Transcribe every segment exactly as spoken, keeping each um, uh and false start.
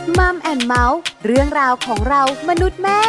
มัมแอนด์เมาส์เรื่องราวของเรามนุษย์แม่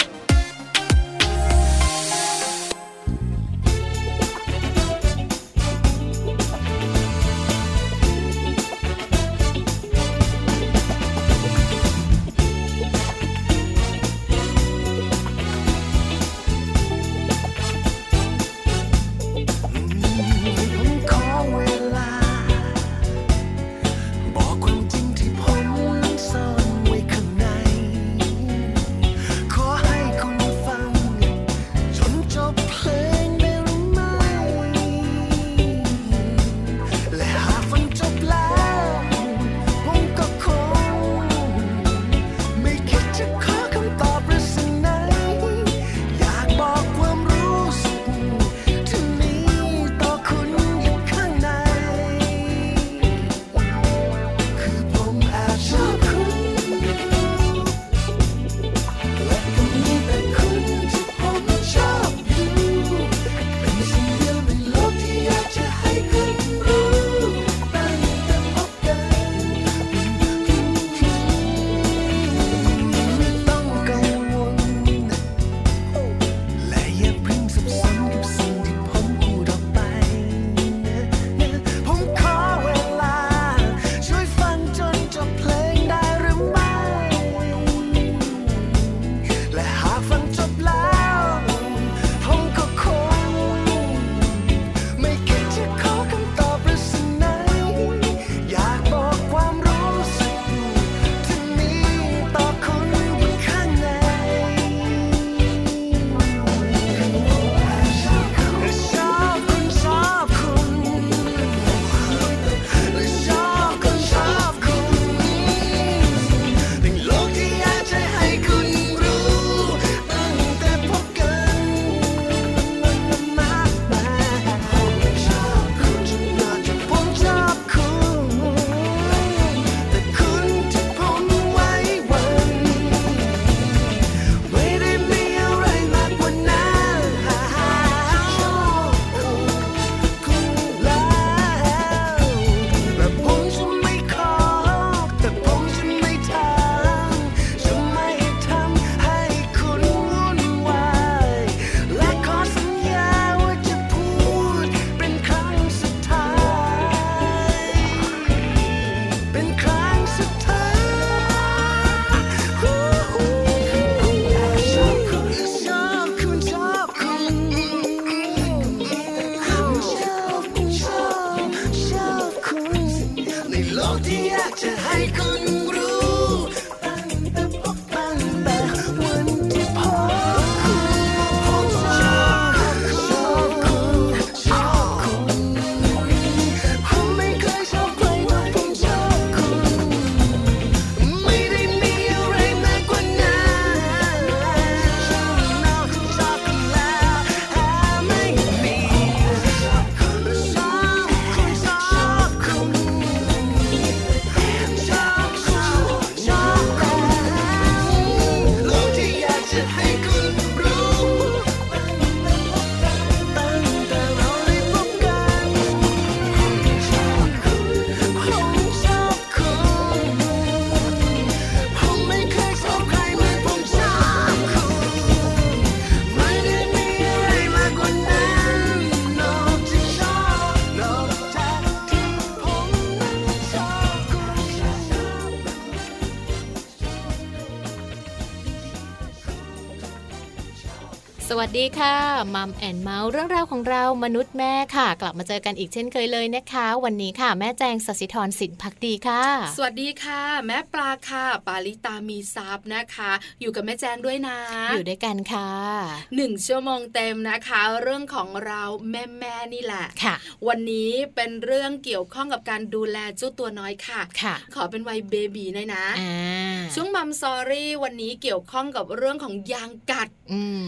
สวัสดีค่ะมัมแอนเมาส์เรื่องราวของเรามนุษย์แม่ค่ะกลับมาเจอกันอีกเช่นเคยเลยนะคะวันนี้ค่ะแม่แจงศศิธรสินภักดีค่ะสวัสดีค่ะแม่ปลาค่ะปาลิตามีซับนะคะอยู่กับแม่แจงด้วยนะอยู่ด้วยกันค่ะหนึ่งชั่วโมงเต็มนะคะเรื่องของเราแม่แม่นี่แหละค่ะวันนี้เป็นเรื่องเกี่ยวข้องกับการดูแลเจ้าตัวน้อยค่ะค่ะขอเป็นวัยเบบีหน่อยนะอ่าช่วงมัมซอรี่วันนี้เกี่ยวข้องกับเรื่องของยางกัดอืมคุณแม่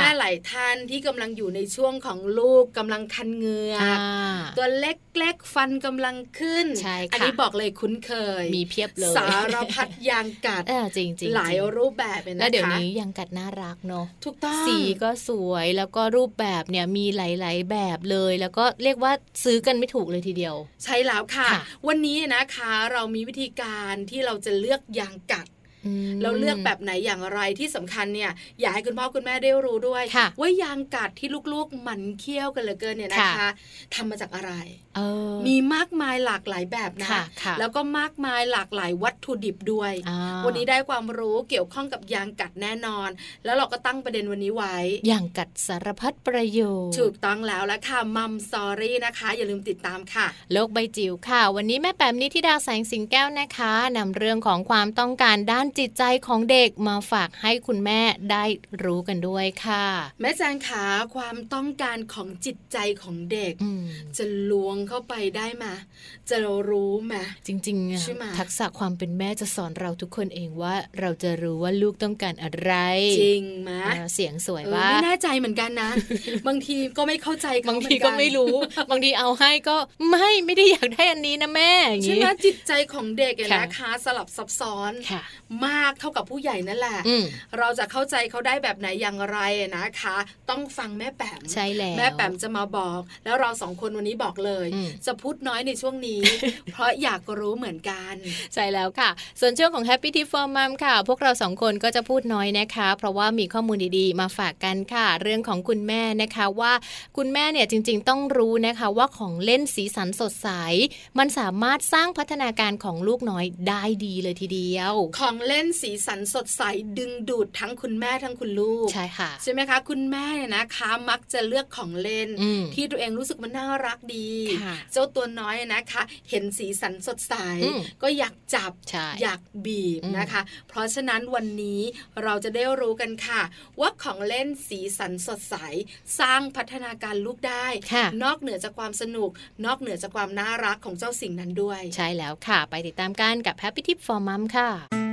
ม่ๆหลายท่านที่กำลังอยู่ในช่วงของลูกกำลังคันเหงือกตัวเล็กๆฟันกำลังขึ้นอันนี้บอกเลยคุ้นเคยมีเพียบเลยสารพัดยางกัดจริงๆหลายรูปแบบเลยนะคะแล้วเดี๋ยวนี้ยางกัดน่ารักเนาะถูกต้องสีก็สวยแล้วก็รูปแบบเนี่ยมีหลายๆแบบเลยแล้วก็เรียกว่าซื้อกันไม่ถูกเลยทีเดียวใช่แล้วค่ะวันนี้นะคะเรามีวิธีการที่เราจะเลือกยางกัดเราเลือกแบบไหนอย่างไรที่สำคัญเนี่ยอยากให้คุณพ่อคุณแม่ได้รู้ด้วยว่ายางกัดที่ลูกๆหมั่นเคี้ยวกันเหลือเกินเนี่ยนะคะทำมาจากอะไรมีมากมายหลากหลายแบบนะแล้วก็มากมายหลากหลายวัตถุดิบด้วยวันนี้ได้ความรู้เกี่ยวข้องกับยางกัดแน่นอนแล้วเราก็ตั้งประเด็นวันนี้ไว้ยางกัดสารพัดประโยชน์ถูกต้องแล้วละค่ะมัมสอรี่นะคะอย่าลืมติดตามค่ะโลกใบจิ๋วค่ะวันนี้แม่แปมนิธิดาแสงสิงแก้วนะคะนำเรื่องของความต้องการด้านจิตใจของเด็กมาฝากให้คุณแม่ได้รู้กันด้วยค่ะแม่แจงขาความต้องการของจิตใจของเด็กจะล้วงเข้าไปได้ไหมจะรู้ไหมจริงๆทักษะความเป็นแม่จะสอนเราทุกคนเองว่าเราจะรู้ว่าลูกต้องการอะไรจริงไหมเสียงสวยว่าไม่แน่ใจเหมือนกันนะ บางทีก็ไม่เข้าใจบางทีก็ไม่รู้บางทีเอาให้ก็ไม่ไม่ได้อยากได้อันนี้นะแม่ใช่ไหมจิตใจของเด็กนะคะสลับซับซ้อนมากเท่ากับผู้ใหญ่นั่นแหละเราจะเข้าใจเขาได้แบบไหนอย่างไรนะคะต้องฟังแม่แปมใช่แล้วแม่แปมจะมาบอกแล้วเราสองคนวันนี้บอกเลยจะพูดน้อยในช่วงนี้ เพราะอยากรู้เหมือนกันใช่แล้วค่ะส่วนช่วงของ Happy Tip for Mom ค่ะพวกเราสองคนก็จะพูดน้อยนะคะเพราะว่ามีข้อมูลดีๆมาฝากกันค่ะเรื่องของคุณแม่นะคะว่าคุณแม่เนี่ยจริงๆต้องรู้นะคะว่าของเล่นสีสันสดใสมันสามารถสร้างพัฒนาการของลูกน้อยได้ดีเลยทีเดียวของเล่นสีสันสดใสดึงดูดทั้งคุณแม่ทั้งคุณลูกใช่ค่ะใช่ไหมคะคุณแม่เนี่ยนะคะมักจะเลือกของเล่นที่ตัวเองรู้สึกมันน่ารักดีเจ้าตัวน้อยนะคะเห็นสีสันสดใสก็อยากจับอยากบีบนะคะเพราะฉะนั้นวันนี้เราจะได้รู้กันค่ะว่าของเล่นสีสันสดใสสร้างพัฒนาการลูกได้นอกเหนือจากความสนุกนอกเหนือจากความน่ารักของเจ้าสิ่งนั้นด้วยใช่แล้วค่ะไปติดตามกันกับ Happy Tip for Mom ค่ะ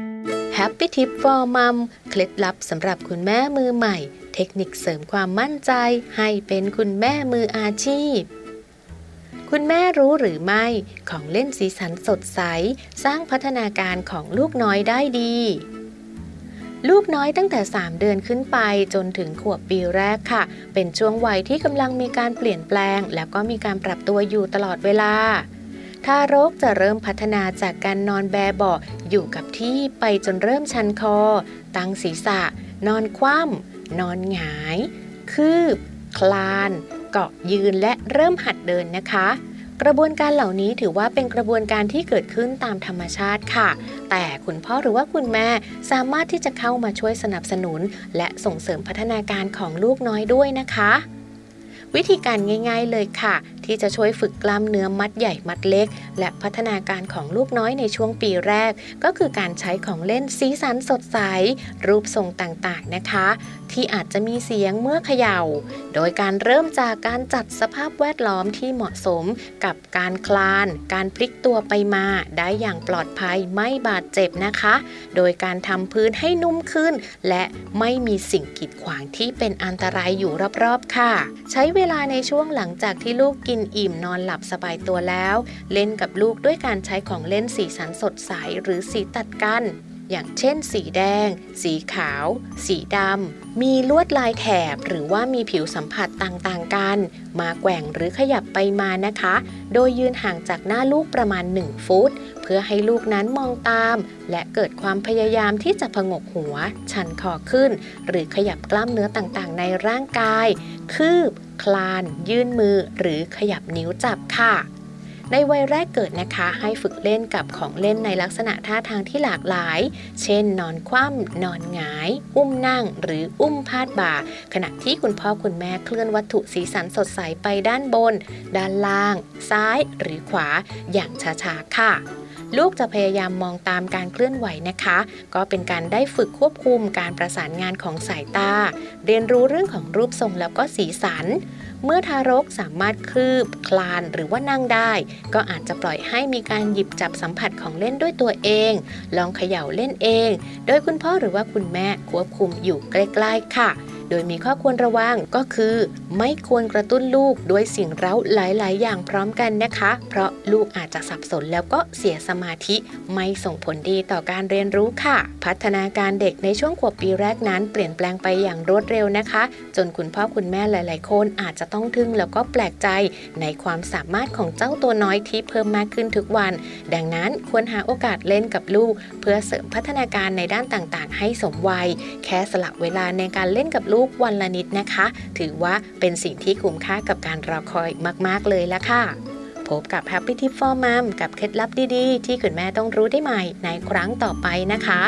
Happy Tip for Mom เคล็ดลับสำหรับคุณแม่มือใหม่เทคนิคเสริมความมั่นใจให้เป็นคุณแม่มืออาชีพคุณแม่รู้หรือไม่ของเล่นสีสันสดใสสร้างพัฒนาการของลูกน้อยได้ดีลูกน้อยตั้งแต่สามเดือนขึ้นไปจนถึงขวบปีแรกค่ะเป็นช่วงวัยที่กำลังมีการเปลี่ยนแปลงแล้วก็มีการปรับตัวอยู่ตลอดเวลาทารกจะเริ่มพัฒนาจากการนอนแบเบาะอยู่กับที่ไปจนเริ่มชันคอตั้งศีรษะนอนคว่ำนอนหงายคืบคลานเกาะยืนและเริ่มหัดเดินนะคะกระบวนการเหล่านี้ถือว่าเป็นกระบวนการที่เกิดขึ้นตามธรรมชาติค่ะแต่คุณพ่อหรือว่าคุณแม่สามารถที่จะเข้ามาช่วยสนับสนุนและส่งเสริมพัฒนาการของลูกน้อยด้วยนะคะวิธีการง่ายๆเลยค่ะที่จะช่วยฝึกกล้ามเนื้อมัดใหญ่มัดเล็กและพัฒนาการของลูกน้อยในช่วงปีแรกก็คือการใช้ของเล่นสีสันสดใสรูปทรงต่างๆนะคะที่อาจจะมีเสียงเมื่อเขย่าโดยการเริ่มจากการจัดสภาพแวดล้อมที่เหมาะสมกับการคลานการพลิกตัวไปมาได้อย่างปลอดภัยไม่บาดเจ็บนะคะโดยการทำพื้นให้นุ่มขึ้นและไม่มีสิ่งกีดขวางที่เป็นอันตรายอยู่รอบๆค่ะใช้เวลาในช่วงหลังจากที่ลูกกินอิ่มนอนหลับสบายตัวแล้วเล่นกับลูกด้วยการใช้ของเล่นสีสันสดใสหรือสีตัดกันอย่างเช่นสีแดงสีขาวสีดำมีลวดลายแถบหรือว่ามีผิวสัมผัสต่างๆกันมาแกว่งหรือขยับไปมานะคะโดยยืนห่างจากหน้าลูกประมาณหนึ่งฟุตเพื่อให้ลูกนั้นมองตามและเกิดความพยายามที่จะผงกหัวชันคอขึ้นหรือขยับกล้ามเนื้อต่างๆในร่างกายคืบคลานยื่นมือหรือขยับนิ้วจับค่ะในวัยแรกเกิดนะคะให้ฝึกเล่นกับของเล่นในลักษณะท่าทางที่หลากหลายเช่นนอนคว่ำนอนหงายอุ้มนั่งหรืออุ้มพาดบ่าขณะที่คุณพ่อคุณแม่เคลื่อนวัตถุสีสันสดใสไปด้านบนด้านล่างซ้ายหรือขวาอย่างช้าๆค่ะลูกจะพยายามมองตามการเคลื่อนไหวนะคะก็เป็นการได้ฝึกควบคุมการประสานงานของสายตาเรียนรู้เรื่องของรูปทรงแล้วก็สีสันเมื่อทารกสามารถคืบคลานหรือว่านั่งได้ก็อาจจะปล่อยให้มีการหยิบจับสัมผัสของเล่นด้วยตัวเองลองเขย่าเล่นเองโดยคุณพ่อหรือว่าคุณแม่ควบคุมอยู่ใกล้ๆค่ะโดยมีข้อควรระวังก็คือไม่ควรกระตุ้นลูกด้วยสิ่งเร้าหลายๆอย่างพร้อมกันนะคะเพราะลูกอาจจะสับสนแล้วก็เสียสมาธิไม่ส่งผลดีต่อการเรียนรู้ค่ะพัฒนาการเด็กในช่วงขวบปีแรกนั้นเปลี่ยนแปลงไปอย่างรวดเร็วนะคะจนคุณพ่อคุณแม่หลายๆคนอาจจะต้องทึ่งแล้วก็แปลกใจในความสามารถของเจ้าตัวน้อยที่เพิ่มมากขึ้นทุกวันดังนั้นควรหาโอกาสเล่นกับลูกเพื่อเสริมพัฒนาการในด้านต่างๆให้สมวัยแค่สละเวลาในการเล่นกับลูกวันละนิดนะคะถือว่าเป็นสิ่งที่คุ้มค่ากับการรอคอยมากๆเลยละค่ะพบกับ Happy Tip for Mom กับเคล็ดลับดีๆที่คุณแม่ต้องรู้ได้ใหม่ในครั้งต่อไปนะคะ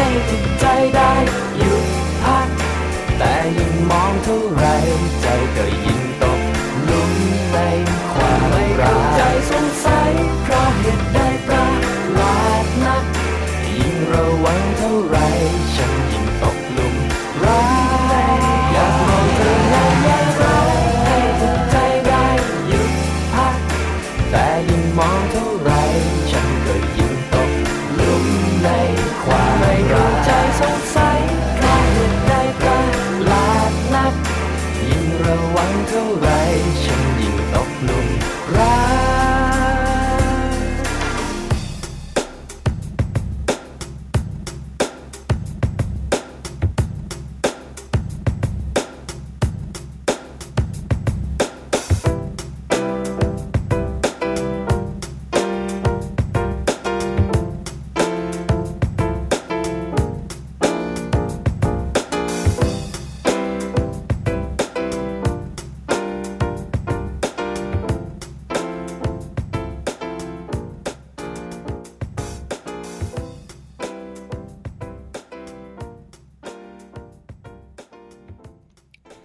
ใจก็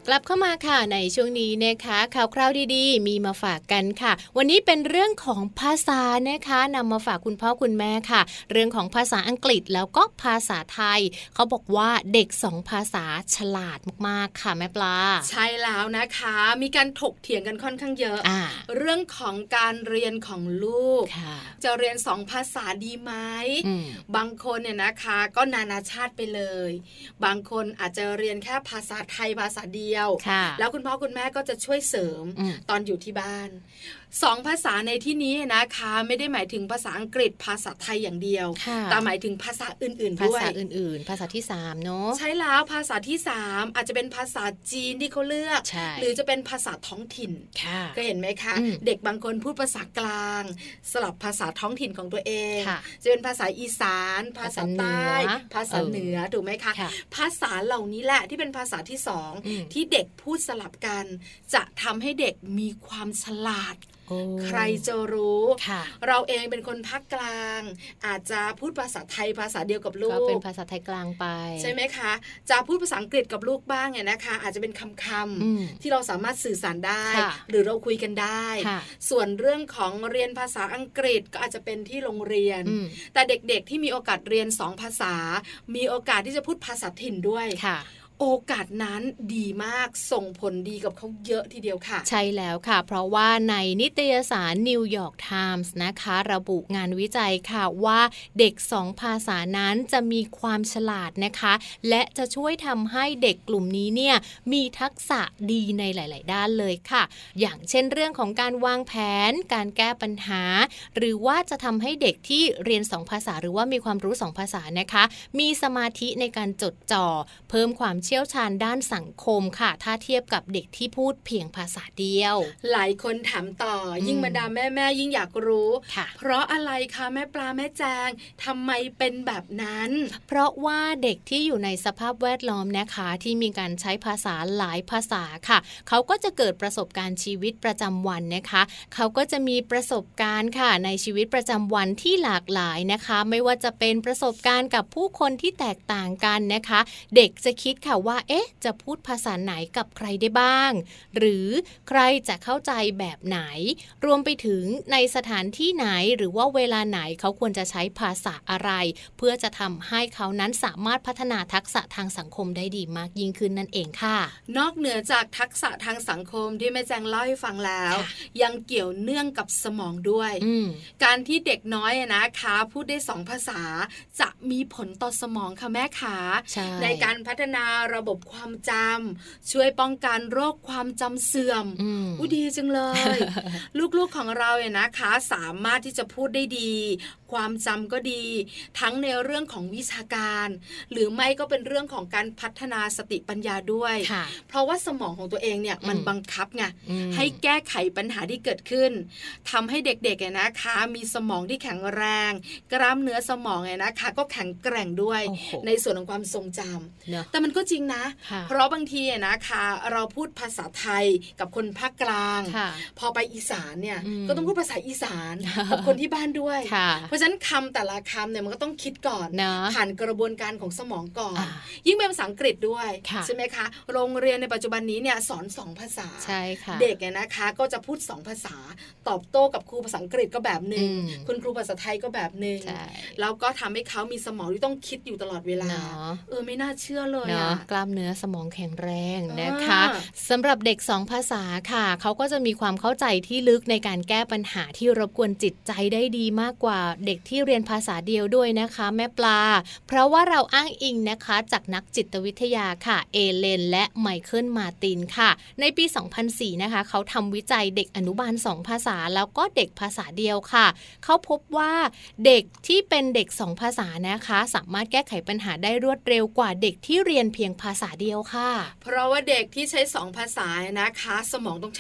กลับเข้ามาค่ะในช่วงนี้นะคะข่าวคราวดีๆมีมาฝากกันค่ะวันนี้เป็นเรื่องของภาษานะคะนำมาฝากคุณพ่อคุณแม่ค่ะเรื่องของภาษาอังกฤษแล้วก็ภาษาไทยเขาบอกว่าเด็กสองภาษาฉลาดมากๆค่ะแม่ปลาใช่แล้วนะคะมีการถกเถียงกันค่อนข้างเยอะเรื่องของการเรียนของลูกจะเรียนสองภาษาดีไหมบางคนเนี่ยนะคะก็นานาชาติไปเลยบางคนอาจจะเรียนแค่ภาษาไทยภาษาเดียวแล้วคุณพ่อคุณแม่ก็จะช่วยเสริมตอนอยู่ที่บ้านสองภาษาในที่นี้นะคะไม่ได้หมายถึงภาษาอังกฤษภาษาไทยอย่างเดียวแต่หมายถึงภาษาอื่นๆด้วยภาษาอื่นๆภาษาที่สามเนาะใช่แล้วภาษาที่สามอาจจะเป็นภาษาจีนที่เขาเลือกหรือจะเป็นภาษาท้องถิ่นก็เห็นไหมคะเด็กบางคนพูดภาษากลางสลับภาษาท้องถิ่นของตัวเองจะเป็นภาษาอีสานภาษาใต้ภาษาเหนือถูกไหมคะภาษาเหล่านี้แหละที่เป็นภาษาที่สองที่เด็กพูดสลับกันจะทำให้เด็กมีความฉลาดใครจะรู้เราเองเป็นคนภาคกลางอาจจะพูดภาษาไทยภาษาเดียวกับลูกก็เป็นภาษาไทยกลางไปใช่ไหมคะจะพูดภาษาอังกฤษกับลูกบ้างเนี่ยนะคะอาจจะเป็นคำๆที่เราสามารถสื่อสารได้หรือเราคุยกันได้ส่วนเรื่องของเรียนภาษาอังกฤษก็อาจจะเป็นที่โรงเรียนแต่เด็กๆที่มีโอกาสเรียนสองภาษามีโอกาสที่จะพูดภาษาถิ่นด้วยโอกาสนั้นดีมากส่งผลดีกับเขาเยอะทีเดียวค่ะใช่แล้วค่ะเพราะว่าในนิตยสารนิวยอร์กไทมส์นะคะระบุงานวิจัยค่ะว่าเด็กสองภาษานั้นจะมีความฉลาดนะคะและจะช่วยทำให้เด็กกลุ่มนี้เนี่ยมีทักษะดีในหลายๆด้านเลยค่ะอย่างเช่นเรื่องของการวางแผนการแก้ปัญหาหรือว่าจะทำให้เด็กที่เรียนสองภาษาหรือว่ามีความรู้สองภาษานะคะมีสมาธิในการจดจ่อเพิ่มความเชี่ยวชาญด้านสังคมค่ะถ้าเทียบกับเด็กที่พูดเพียงภาษาเดียวหลายคนถามต่อยิ่งบรรดาแม่แม่ยิ่งอยากรู้เพราะอะไรคะแม่ปลาแม่แจงทำไมเป็นแบบนั้นเพราะว่าเด็กที่อยู่ในสภาพแวดล้อมนะคะที่มีการใช้ภาษาหลายภาษาค่ะเขาก็จะเกิดประสบการณ์ชีวิตประจำวันนะคะเขาก็จะมีประสบการณ์ค่ะในชีวิตประจำวันที่หลากหลายนะคะไม่ว่าจะเป็นประสบการณ์กับผู้คนที่แตกต่างกันนะคะเด็กจะคิดค่ะว่าเอ๊ะจะพูดภาษาไหนกับใครได้บ้างหรือใครจะเข้าใจแบบไหนรวมไปถึงในสถานที่ไหนหรือว่าเวลาไหนเขาควรจะใช้ภาษาอะไรเพื่อจะทำให้เขานั้นสามารถพัฒนาทักษะทางสังคมได้ดีมากยิ่งขึ้นนั่นเองค่ะนอกเหนือจากทักษะทางสังคมที่แม่แจงเล่าให้ฟังแล้วยังเกี่ยวเนื่องกับสมองด้วยการที่เด็กน้อยนะคะพูดได้สองภาษาจะมีผลต่อสมองค่ะแม่ขาในการพัฒนาระบบความจำช่วยป้องกันโรคความจำเสื่อมอู้ดีจังเลย ลูกๆของเราเนี่ยนะคะสามารถที่จะพูดได้ดีความจำก็ดีทั้งในเรื่องของวิชาการหรือไม่ก็เป็นเรื่องของการพัฒนาสติปัญญาด้วยเพราะว่าสมองของตัวเองเนี่ยมันบังคับไงให้แก้ไขปัญหาที่เกิดขึ้นทำให้เด็กๆเนี่ยนะคะมีสมองที่แข็งแรงกล้ามเนื้อสมองเนี่ยนะคะก็แข็งแกร่งด้วยในส่วนของความทรงจำแต่มันก็จริงนะเพราะบางทีนะคะเราพูดภาษาไทยกับคนภาคกลางพอไปอีสานเนี่ยก็ต้องพูดภาษาอีสานกับคนที่บ้านด้วยเพราะฉะนั้นคำแต่ละคำเนี่ยมันก็ต้องคิดก่อนผ่านกระบวนการของสมองก่อนยิ่งเป็นภาษาอังกฤษด้วยใช่ไหมคะโรงเรียนในปัจจุบันนี้เนี่ยสอนสองภาษาเด็กเนี่ยนะคะก็จะพูดสองภาษาตอบโต้กับครูภาษาอังกฤษก็แบบนึงคุณครูภาษาไทยก็แบบนึงแล้วก็ทำให้เขามีสมองที่ต้องคิดอยู่ตลอดเวลาเออไม่น่าเชื่อเลยอะกล้ามเนื้อสมองแข็งแรงนะคะสำหรับเด็กสองภาษาค่ะเขาก็จะมีความเข้าใจที่ลึกในการแก้ปัญหาที่รบกวนจิตใจได้ดีมากกว่าเด็กที่เรียนภาษาเดียวด้วยนะคะแม่ปลาเพราะว่าเราอ้างอิงนะคะจากนักจิตวิทยาค่ะเอเลนและไมเคิลมาร์ตินค่ะในปีสองพันสี่นะคะเขาทำวิจัยเด็กอนุบาลสองภาษาแล้วก็เด็กภาษาเดียวค่ะเขาพบว่าเด็กที่เป็นเด็กสองภาษานะคะสามารถแก้ไขปัญหาได้รวดเร็วกว่าเด็กที่เรียนเพียงภาษาเดียวค่ะเพราะว่าเด็กที่ใช้สองภาษานะคะสมองต้องใช้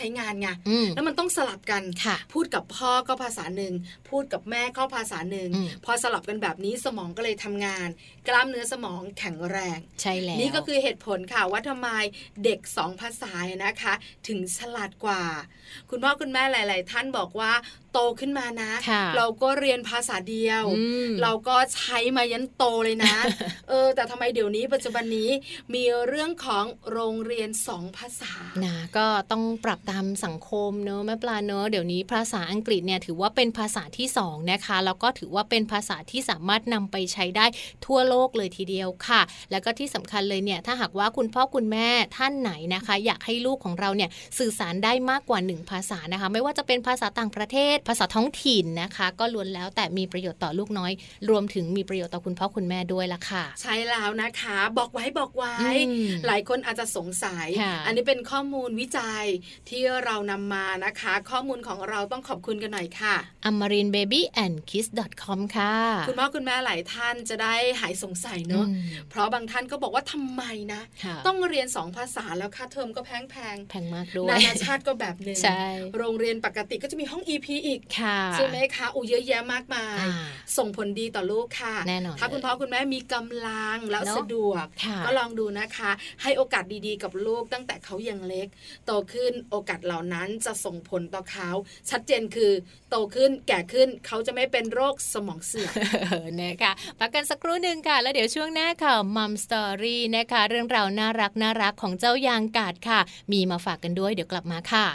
ช้งานไงแล้วมันต้องสลับกันพูดกับพ่อก็ภาษาหนึ่งพูดกับแม่ก็ภาษาหนึ่งพอสลับกันแบบนี้สมองก็เลยทำงานกล้ามเนื้อสมองแข็งแรงใช่แล้วนี่ก็คือเหตุผลค่ะว่าทำไมเด็กสองภาษานะคะถึงฉลาดกว่าคุณพ่อคุณแม่หลายๆท่านบอกว่าโตขึ้นมานะเราก็เรียนภาษาเดียวเราก็ใช้มายันโตเลยนะ เออแต่ทำไมเดี๋ยวนี้ปัจจุบันนี้มีเรื่องของโรงเรียนสองภาษานะก็ต้องปรับตามสังคมเนอะแม่ปลาเนอะเดี๋ยวนี้ภาษาอังกฤษเนี่ยถือว่าเป็นภาษาที่สองนะคะแล้วก็ถือว่าเป็นภาษาที่สามารถนำไปใช้ได้ทั่วโลกเลยทีเดียวค่ะแล้วก็ที่สำคัญเลยเนี่ยถ้าหากว่าคุณพ่อคุณแม่ท่านไหนนะคะอยากให้ลูกของเราเนี่ยสื่อสารได้มากกว่าหนึ่งภาษานะคะไม่ว่าจะเป็นภาษาต่างประเทศภาษาท้องถิ่นนะคะก็ล้วนแล้วแต่มีประโยชน์ต่อลูกน้อยรวมถึงมีประโยชน์ต่อคุณพ่อคุณแม่ด้วยล่ะค่ะใช่แล้วนะคะบอกไว้บอกไว้หลายคนอาจจะสงสัยอันนี้เป็นข้อมูลวิจัยที่เรานำมานะคะข้อมูลของเราต้องขอบคุณกันหน่อยค่ะอมรินทร์เบบี้แอนด์คิดส์ ดอท คอม ค่ะคุณพ่อคุณแม่หลายท่านจะได้หายสงสัยเนอะเพราะบางท่านก็บอกว่าทำไมนะต้องเรียนสองภาษาแล้วค่าเทอมก็แพงแพงแพงมากด้วยนานาชาติก็แบบนึงโรงเรียนปกติก็จะมีห้อง อี พี อีกใช่ไหมคะอู้เยอะแยะมากมายส่งผลดีต่อลูกค่ะแน่นอนถ้าคุณพ่อคุณแม่มีกำลังแล้วสะดวกก็ลองดูนะคะให้โอกาสดีๆกับลูกตั้งแต่เขายังเล็กโตขึ้นโอกาสเหล่านั้นจะส่งผลต่อเขาชัดเจนคือโตขึ้นแก่ขึ้นเขาจะไม่เป็นโรคสมองเสื่อมนะคะพักกันสักครู่นึงค่ะแล้วเดี๋ยวช่วงหน้าค่ะมัมสตอรี่นะคะเรื่องราวน่ารักน่ารักของเจ้ายางกาดค่ะมีมาฝากกันด้วยเดี๋ยวกลับมาค่ะ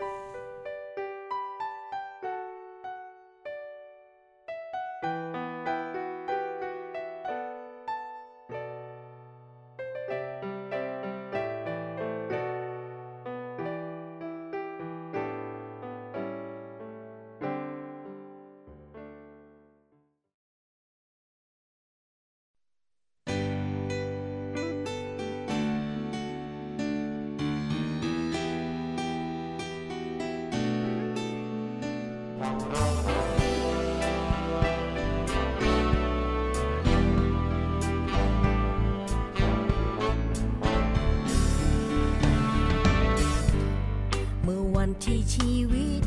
ที่ชีวิต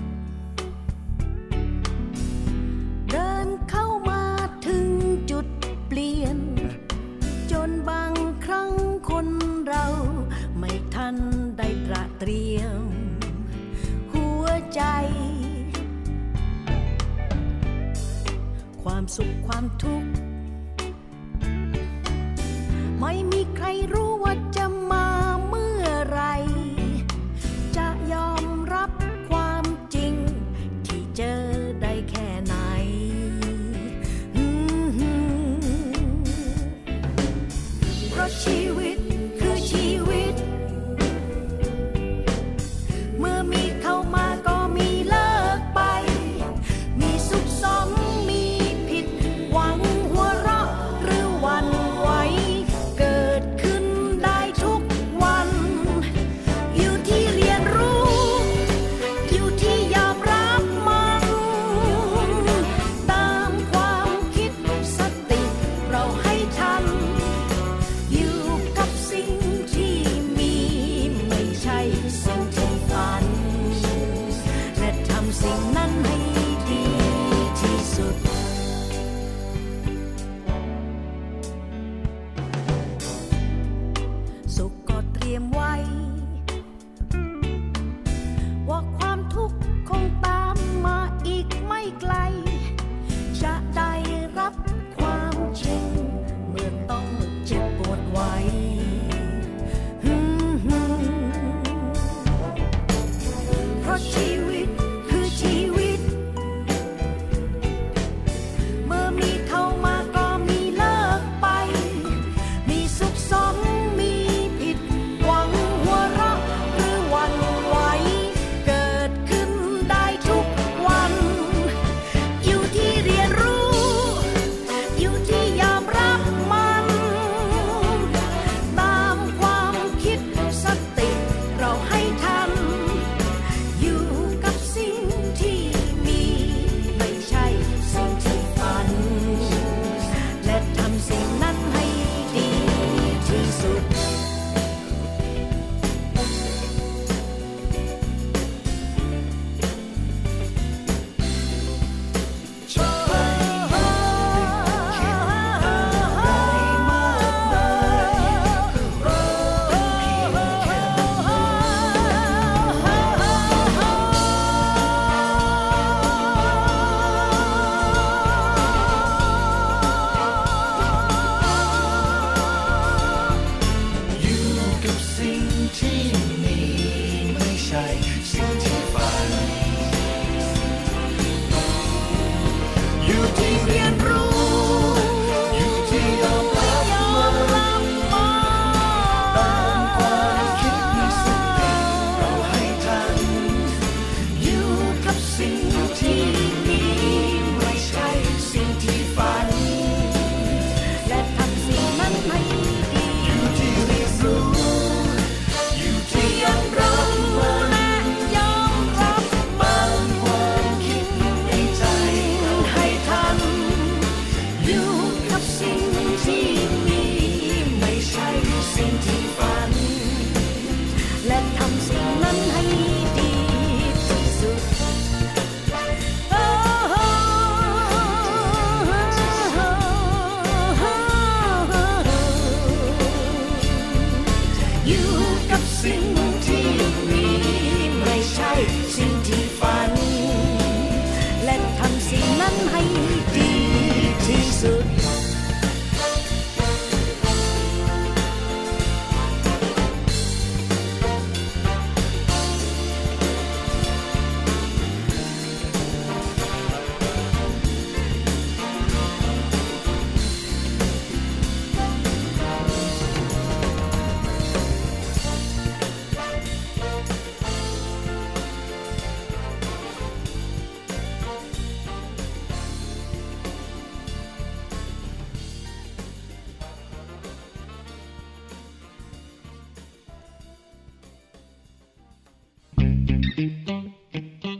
เดินเข้ามาถึงจุดเปลี่ยนจนบางครั้งคนเราไม่ทันได้ตระเตรียมหัวใจความสุขความทุกข์ไม่มีใครรู้ว่าจะมาเมื่อไรจะยอมรับความจริงที่เจอได้แค่ไหนเพราะชีวิตคือชีวิตเมื่อมีเข้ามาก็มีเลิกไปมีสุขสมมีผิดหวังหัวเราะหรือหวั่นไหวเกิดขึ้นได้ทุกวันอยู่ที่เรียนรู้อยู่ที่ยอมรับมันตามความคิดสติเราให้ทันอยู่กับสิ่งที่มีไม่ใช่สิ่งที่ฝันและทำสิ่งนั้นให้ดีที่สุดสุขก็เตรียมไว้ว่าความทุกข์คงตามมาอีกไม่ไกลจะได้รับความจริงเมื่อต้องเจ็บปวดไว้เพราะชีวิตคือชีวิตเมื่อมีเข้ามาก็มีเลิกไปมีสุขสมมีผิดหวังหัวเราะหรือหวั่นไหวเกิดขึ้นได้ทุกวันอยู่ที่เรียนรู้อยู่ที่ยอมรับมันตามความคิดสติเราให้ทันอยู่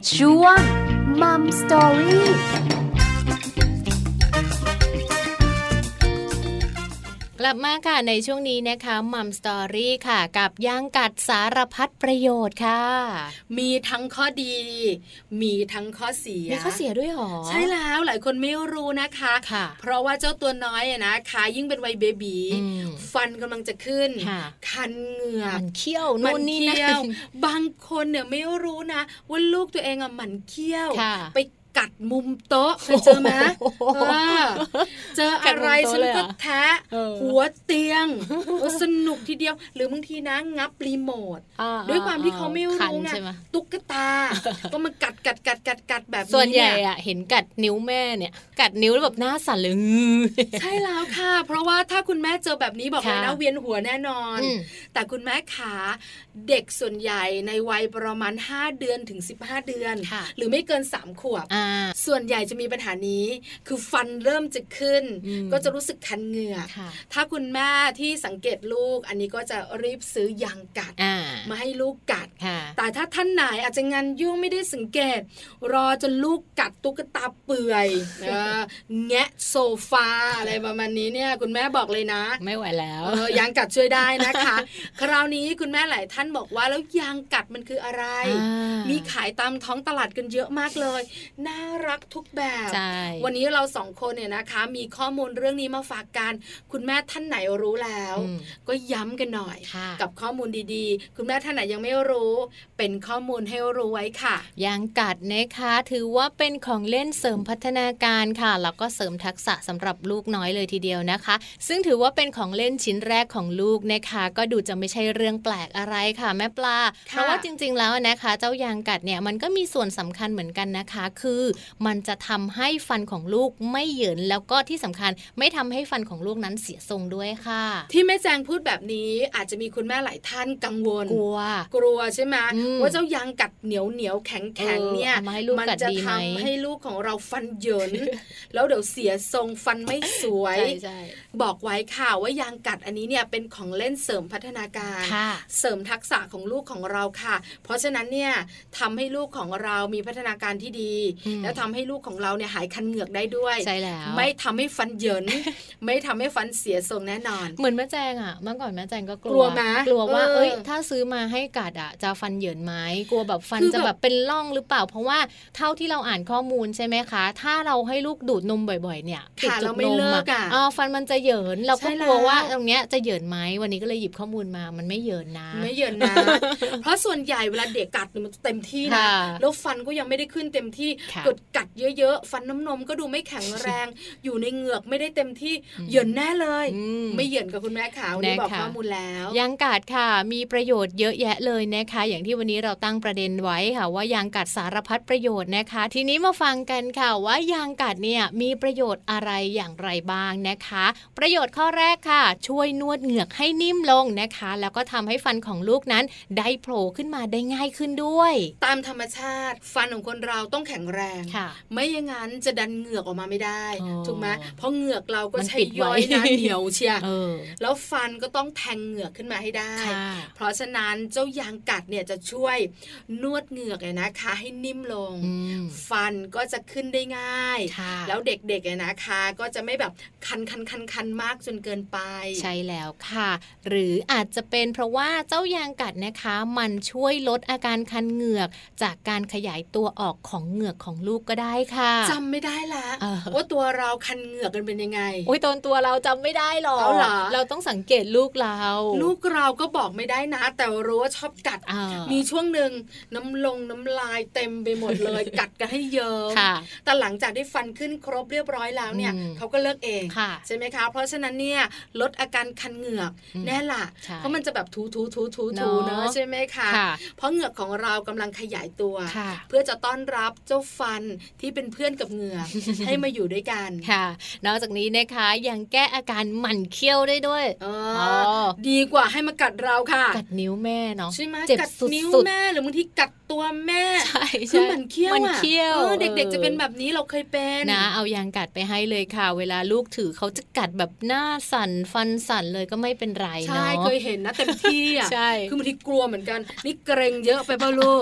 ช่วง Mum Story กลับมาค่ะในช่วงนี้นะคะมัมสตอรี่ค่ะกับย่างกัดสารพัดประโยชน์ค่ะมีทั้งข้อดีมีทั้งข้อเสียมีข้อเสียด้วยหรอใช่แล้วหลายคนไม่รู้นะคะเพราะว่าเจ้าตัวน้อยอะนะคะยิ่งเป็นวัยเบบีฟันกำลังจะขึ้นคันเหงือกมันเคี้ยวนู่นนี่นั่นบางคนเนี่ยไม่รู้นะว่าลูกตัวเองอะมันเคี้ยวไปกัดมุมโต๊ะเคยเจอไหมเจออะไรฉันก็แทะหัวเตียงสนุกทีเดียวหรือบางทีนะงับรีโมทด้วยความที่เขาไม่รู้ไงตุ๊กตาก็มันกัดกัดกัดกัดกัดแบบนี้ส่วนใหญ่อะเห็นกัดนิ้วแม่เนี่ยกัดนิ้วแล้วแบบหน้าสั่นเลยใช่แล้วค่ะเพราะว่าถ้าคุณแม่เจอแบบนี้บอกเลยนะเวียนหัวแน่นอนแต่คุณแม่ขาเด็กส่วนใหญ่ในวัยประมาณห้าเดือนถึงสิบห้าเดือนหรือไม่เกินสามขวบส่วนใหญ่จะมีปัญหานี้คือฟันเริ่มจะขึ้นก็จะรู้สึกคันเหงือกถ้าคุณแม่ที่สังเกตลูกอันนี้ก็จะรีบซื้อยางกัดมาให้ลูกกัดแต่ถ้าท่านไหนอาจจะงานยุ่งไม่ได้สังเกตรอจนลูกกัดตุ๊กตาเปื่อยแงะโซฟาอะไรประมาณนี้เนี่ยคุณแม่บอกเลยนะไม่ไหวแล้วยางกัดช่วยได้นะคะคราวนี้คุณแม่หลายท่านบอกว่าแล้วยางกัดมันคืออะไรมีขายตามท้องตลาดกันเยอะมากเลยน่ารักทุกแบบวันนี้เราสองคนเนี่ยนะคะมีข้อมูลเรื่องนี้มาฝากกันคุณแม่ท่านไหนรู้แล้วก็ย้ำกันหน่อยกับข้อมูลดีๆคุณแม่ท่านไหนยังไม่รู้เป็นข้อมูลให้รู้ไว้ค่ะยางกัดนะคะถือว่าเป็นของเล่นเสริมพัฒนาการค่ะแล้วก็เสริมทักษะสำหรับลูกน้อยเลยทีเดียวนะคะซึ่งถือว่าเป็นของเล่นชิ้นแรกของลูกนะคะก็ดูจะไม่ใช่เรื่องแปลกอะไรค่ะแม่ปลาเพราะว่าจริงๆแล้วนะคะเจ้ายางกัดเนี่ยมันก็มีส่วนสำคัญเหมือนกันนะคะคือมันจะทำให้ฟันของลูกไม่เหยินแล้วก็ที่สำคัญไม่ทำให้ฟันของลูกนั้นเสียทรงด้วยค่ะที่แม่แจงพูดแบบนี้อาจจะมีคุณแม่หลายท่านกังวลกลัวกลัวใช่ไหมว่าเจ้ายางกัดเหนียวเหนียวแข็งแข็งเนี่ยมันจะทำให้ลูกของเราฟันเหยินแล้วเดี๋ยวเสียทรงฟันไม่สวยบอกไว้ค่ะว่ายางกัดอันนี้เนี่ยเป็นของเล่นเสริมพัฒนาการเสริมทักษะของลูกของเราค่ะเพราะฉะนั้นเนี่ยทำให้ลูกของเรามีพัฒนาการที่ดีแล้วทำให้ลูกของเราเนี่ยหายคันเหงือกได้ด้วยใช่แล้วไม่ทำให้ฟันเหยิน ไม่ทำให้ฟันเสียทรงแน่นอนเหมือนแม่แจงอ่ะเมื่อก่อนแม่แจงก็กลัวกลัวไหมกลัวว่าเอ้ยถ้าซื้อมาให้กัดอ่ะจะฟันเหยินไหมกลัวแบบฟันจะแบบเป็นร่องหรือเปล่าเพราะว่าเท่าที่เราอ่านข้อมูลใช่ไหมคะถ้าเราให้ลูกดูดนมบ่อยๆเนี่ยติดจุดนมอ่ะอ๋อฟันมันจะเหยินเราก็กลัวว่าตรงเนี้ยจะเหยินไหมวันนี้ก็เลยหยิบข้อมูลมามันไม่เหยินนะไม่เหยินนะ เพราะส่วนใหญ่เวลาเด็กกัดมันเต็มที่นะแล้วฟันก็ยังไม่ได้ขึ้นเต็มที่กดกัดเยอะๆฟันน้ำนมก็ดูไม่แข็งแรงอยู่ในเหงือกไม่ได้เต็มที่เหยินแน่เลยไม่เหยินกับคุณแม่ขาวนี่บอกข้อมูลแล้วยางกัดค่ะมีประโยชน์เยอะแยะเลยนะคะอย่างที่วันนี้เราตั้งประเด็นไว้ค่ะว่ายางกัดสารพัดประโยชน์นะคะทีนี้มาฟังกันค่ะว่ายางกัดเนี่ยมีประโยชน์อะไรอย่างไรบ้างนะคะประโยชน์ข้อแรกค่ะช่วยนวดเหงือกให้นิ่มลงนะคะแล้วก็ทำให้ฟันของลูกนั้นได้โผล่ขึ้นมาได้ง่ายขึ้นด้วยตามธรรมชาติฟันของคนเราต้องแข็งแรงไม่อย่างนั้นจะดันเหงือกออกมาไม่ได้ถูกไหมเพราะเหงือกเราก็ใช้ย้อยนะเหนียวเชียแล้วฟันก็ต้องแทงเหงือกขึ้นมาให้ได้เพราะฉะนั้นเจ้ายางกัดเนี่ยจะช่วยนวดเหงือกเลยนะคะให้นิ่มลงฟันก็จะขึ้นได้ง่ายแล้วเด็กๆเนี่ยนะคะก็จะไม่แบบคันคันคันคันมากจนเกินไปใช่แล้วค่ะหรืออาจจะเป็นเพราะว่าเจ้ายางกัดนะคะมันช่วยลดอาการคันเหงือกจากการขยายตัวออกของเหงือกของลูกก็ได้ค่ะจำไม่ได้ละว่าตัวเราคันเหงือกกันเป็นยังไงโอ้ยตอนตัวเราจำไม่ได้หรอกเราต้องสังเกตลูกเราลูกเราก็บอกไม่ได้นะแต่รู้ว่าชอบกัดมีช่วงหนึ่งน้ำลงน้ำลายเต็มไปหมดเลย กัดกันให้เยิ้มแต่หลังจากได้ฟันขึ้นครบเรียบร้อยแล้วเนี่ยเขาก็เลิกเองใช่ไหมคะเพราะฉะนั้นเนี่ยลดอาการคันเหงือกแน่ล่ะเพราะมันจะแบบทูทูทูทูทูเนอะใช่ไหมคะเพราะเหงือกของเรากำลังขยายตัวเพื่อจะต้อนรับเจ้าฟันที่เป็นเพื่อนกับเหงือก ให้มาอยู่ด้วยกันค่ะนอกจากนี้นะคะยังแก้อาการหมั่นเคี้ยวได้ด้วยอ๋อดีกว่าให้มากัดเราค่ะกัดนิ้วแม่เนาะใช่ไหมกัดนิ้วแม่หรือบางทีกัดตัวแม่ใช่คือหมั่นเคี้ยวอ่ะเด็กๆจะเป็นแบบนี้เราเคยเป็นนะเอายางกัดไปให้เลยค่ะเวลาลูกถือเขาจะกัดแบบหน้าสั่นฟันสั่นเลยก็ไม่เป็นไรเนาะใช่เคยเห็นนะเต็มที่อ่ะคือบางทีกลัวเหมือนกันนี่เกรงเยอะไปเปล่าลูก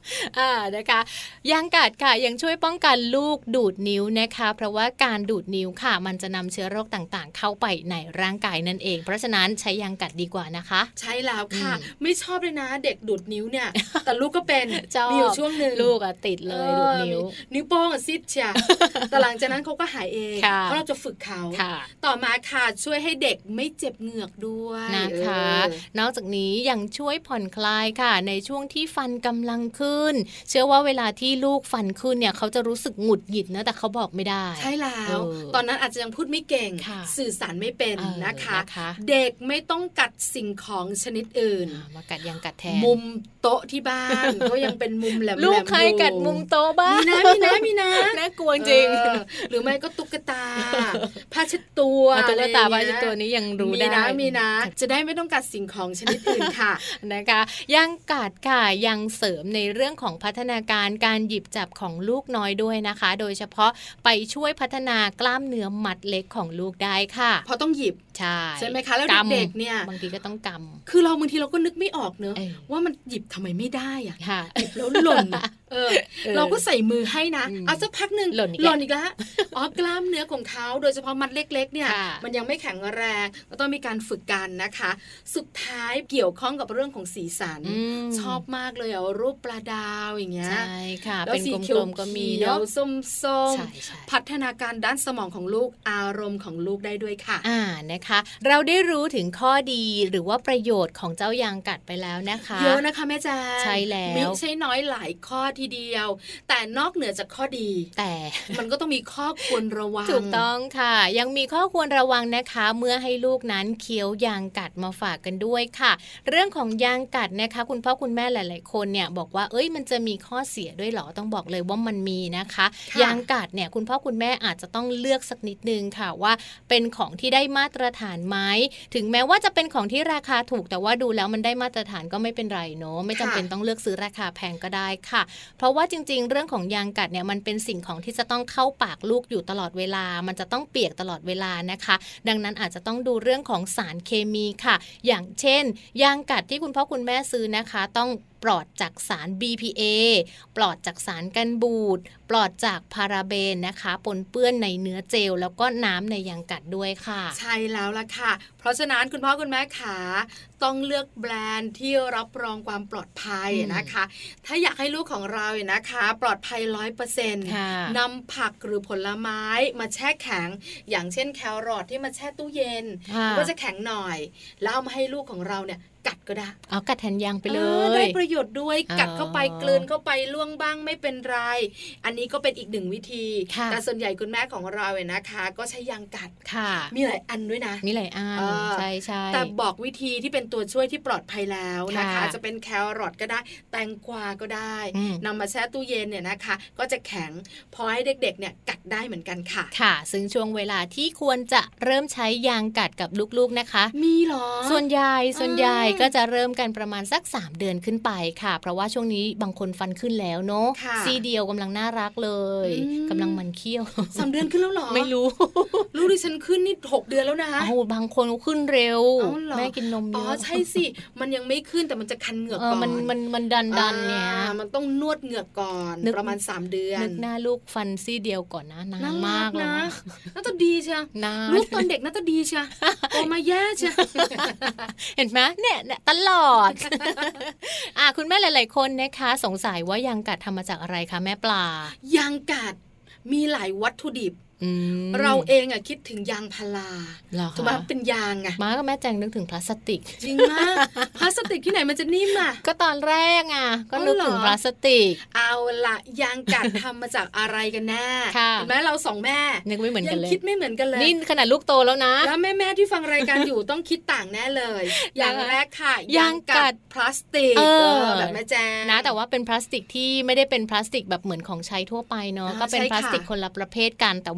อ่านะคะยางกัดค่ะยังช่วยป้องกันลูกดูดนิ้วนะคะเพราะว่าการดูดนิ้วค่ะมันจะนำเชื้อโรคต่างๆเข้าไปในร่างกายนั่นเองเพราะฉะนั้นใช้ยางกัดดีกว่านะคะใช่แล้วค่ะไม่ชอบเลยนะเด็กดูดนิ้วเนี่ยแต่ลูกก็เป็นมีอยู่ช่วงนึงลูกอะติดเลยดูดนิ้วนิ้วโป้งอะซิดเชียแต่หลังจากนั้นเขาก็หายเองเพราะเราจะฝึกเขาต่อมาค่ะช่วยให้เด็กไม่เจ็บเหงือกด้วยนะคะนอกจากนี้ยังช่วยผ่อนคลายค่ะในช่วงที่ฟันกำลังขึ้นเชื่อว่าเวลาที่ลูกฟันขึ้นเนี่ยเขาจะรู้สึกหงุดหงิดนะแต่เขาบอกไม่ได้ใช่แล้วตอนนั้นอาจจะยังพูดไม่เก่งสื่อสารไม่เป็นนะคะเด็กไม่ต้องกัดสิ่งของชนิดอื่นมากัดยังกัดแทนมุมโต๊ะที่บ้านก็ยังเป็นมุมแหลมๆลูกใครกัดมุมโต๊ะบ้างมีนะมีนะมีนะน่ากลัวจริงหรือไม่ก็ตุ๊กตาผ้าเช็ดตัวตุ๊กตาผ้าเช็ดตัวนี้ยังรู้ได้มีนะมีนะจะได้ไม่ต้องกัดสิ่งของชนิดอื่นค่ะนะคะยังกัดค่ะยังเสริมในเรื่องของพัฒนาการการหยิบจับของลูกน้อยด้วยนะคะโดยเฉพาะไปช่วยพัฒนากล้ามเนื้อมัดเล็กของลูกได้ค่ะเพราะต้องหยิบใช่ใช่ไหมคะแล้วเด็กๆเนี่ยบางทีก็ต้องกำคือเราบางทีเราก็นึกไม่ออกเนอะว่ามันหยิบทำไมไม่ได้อะหยิบแล้วหล่นเออเราก็ใส่มือให้นะเอาสักพักหนึ่งหล่นอีกแล้วอ๋อกล้ามเนื้อของเขาโดยเฉพาะมัดเล็กๆเนี่ยมันยังไม่แข็งแรงก็ต้องมีการฝึกกันนะคะสุดท้ายเกี่ยวข้องกับเรื่องของสีสันชอบมากเลยอ่ะรูปปลาดาวอย่างเงี้ยใช่ค่ะเป็นกลมๆก็มีเนาะส้มๆพัฒนาการด้านสมองของลูกอารมณ์ของลูกได้ด้วยค่ะอ่านะคะเราได้รู้ถึงข้อดีหรือว่าประโยชน์ของเจ้ายางกัดไปแล้วนะคะเยอะนะคะแม่แจ้งใช่แล้วไม่ใช่น้อยหลายข้อทีเดียวแต่นอกเหนือจากข้อดีแต่มันก็ต้องมีข้อควรระวังถูกต้องค่ะยังมีข้อควรระวังนะคะเมื่อให้ลูกนั้นเคี้ยวยางกัดมาฝากกันด้วยค่ะเรื่องของยางกัดนะคะคุณพ่อคุณแม่หลายๆคนเนี่ยบอกว่าเอ้ยมันจะมีข้อเสียด้วยหรอต้องบอกเลยว่ามันมีนะคะยางกัดเนี่ยคุณพ่อคุณแม่อาจจะต้องเลือกสักนิดนึงค่ะว่าเป็นของที่ได้มาตรฐานไหมถึงแม้ว่าจะเป็นของที่ราคาถูกแต่ว่าดูแล้วมันได้มาตรฐานก็ไม่เป็นไรเนาะไม่จำเป็นต้องเลือกซื้อราคาแพงก็ได้ค่ะเพราะว่าจริงๆเรื่องของยางกัดเนี่ยมันเป็นสิ่งของที่จะต้องเข้าปากลูกอยู่ตลอดเวลามันจะต้องเปียกตลอดเวลานะคะดังนั้นอาจจะต้องดูเรื่องของสารเคมีค่ะอย่างเช่นยางกัดที่คุณพ่อคุณแม่ซื้อนะคะต้องปลอดจากสาร บี พี เอ ปลอดจากสารกันบูดปลอดจากพาราเบนนะคะปนเปื้อนในเนื้อเจลแล้วก็น้ำในยางกัดด้วยค่ะใช่แล้วล่ะค่ะเพราะฉะนั้นคุณพ่อคุณแม่ขาต้องเลือกแบรนด์ที่รับรองความปลอดภัยนะคะถ้าอยากให้ลูกของเราเนี่ยนะคะปลอดภัย ร้อยเปอร์เซ็นต์ นำผักหรือผลไม้มาแช่แข็งอย่างเช่นแครอทที่มาแช่ตู้เย็นก็จะแข็งหน่อยแล้วเอามาให้ลูกของเราเนี่ยกัดก็ได้เอากัดแทนยางไปเลยได้ประโยชน์ด้วยกัดเข้าไปกลืนเข้าไปล่วงบ้างไม่เป็นไรอันนี้ก็เป็นอีกหนึ่งวิธีแต่ส่วนใหญ่คุณแม่ของเราเนี่ยนะคะก็ใช้ยางกัดมีหลายอันด้วยนะมีหลายอันใช่ใช่แต่บอกวิธีที่เป็นตัวช่วยที่ปลอดภัยแล้วนะคะจะเป็นแครอทก็ได้แตงกวาก็ได้นำมาแช่ตู้เย็นเนี่ยนะคะก็จะแข็งพอให้เด็กๆเนี่ยกัดได้เหมือนกันค่ะค่ะซึ่งช่วงเวลาที่ควรจะเริ่มใช้ยางกัดกับลูกๆนะคะมีหรอส่วนใหญ่ส่วนใหญ่ก็จะเริ่มกันประมาณสักสามเดือนขึ้นไปค่ะเพราะว่าช่วงนี้บางคนฟันขึ้นแล้วเนาะซีเดียวกำลังน่ารักเลยกำลังมันเคี้ยวสามเดือนขึ้นแล้วหรอไม่รู้ลูกดิฉันขึ้นนี่หกเดือนแล้วนะอ้าวบางคนขึ้นเร็วแม่กินนมเยอะอ๋อใช่สิมันยังไม่ขึ้นแต่มันจะคันเหงือกก่อนมันมันมันดันดันเนี่ยมันต้องนวดเหงือกก่อนประมาณสามเดือนนึกหน้าลูกฟันซี่เดียวก่อนนะนานมากเลยน่าจะดีใช่ลูกตอนเด็กน่าจะดีใช่โตมาแย่ใช่เห็นไหมเนี่ยตลอดอ่ะคุณแม่หลายๆคนนะคะสงสัยว่ายางกัดทำมาจากอะไรคะแม่ปลายางกัดมีหลายวัตถุดิบเราเองอะคิดถึงยางพาราถูกไหมเป็นยางไงม้ากับแม่แจงนึกถึงพลาสติกจริงมากพลาสติกที่ไหนมันจะนิ่มอะก็ตอนแรกอะก็นึกถึงพลาสติกเอาละยางกัดทำมาจากอะไรกันแน่เห็นไหมเราสองแม่นึกไม่เหมือนกันเลยคิดไม่เหมือนกันเลยนี่ขนาดลูกโตแล้วนะแล้วแม่ๆที่ฟังรายการอยู่ต้องคิดต่างแน่เลยอย่างแรกค่ะยางกัดพลาสติกแบบแม่แจงนะแต่ว่าเป็นพลาสติกที่ไม่ได้เป็นพลาสติกแบบเหมือนของใช้ทั่วไปเนาะก็เป็นพลาสติกคนละประเภทกันแต่ว่า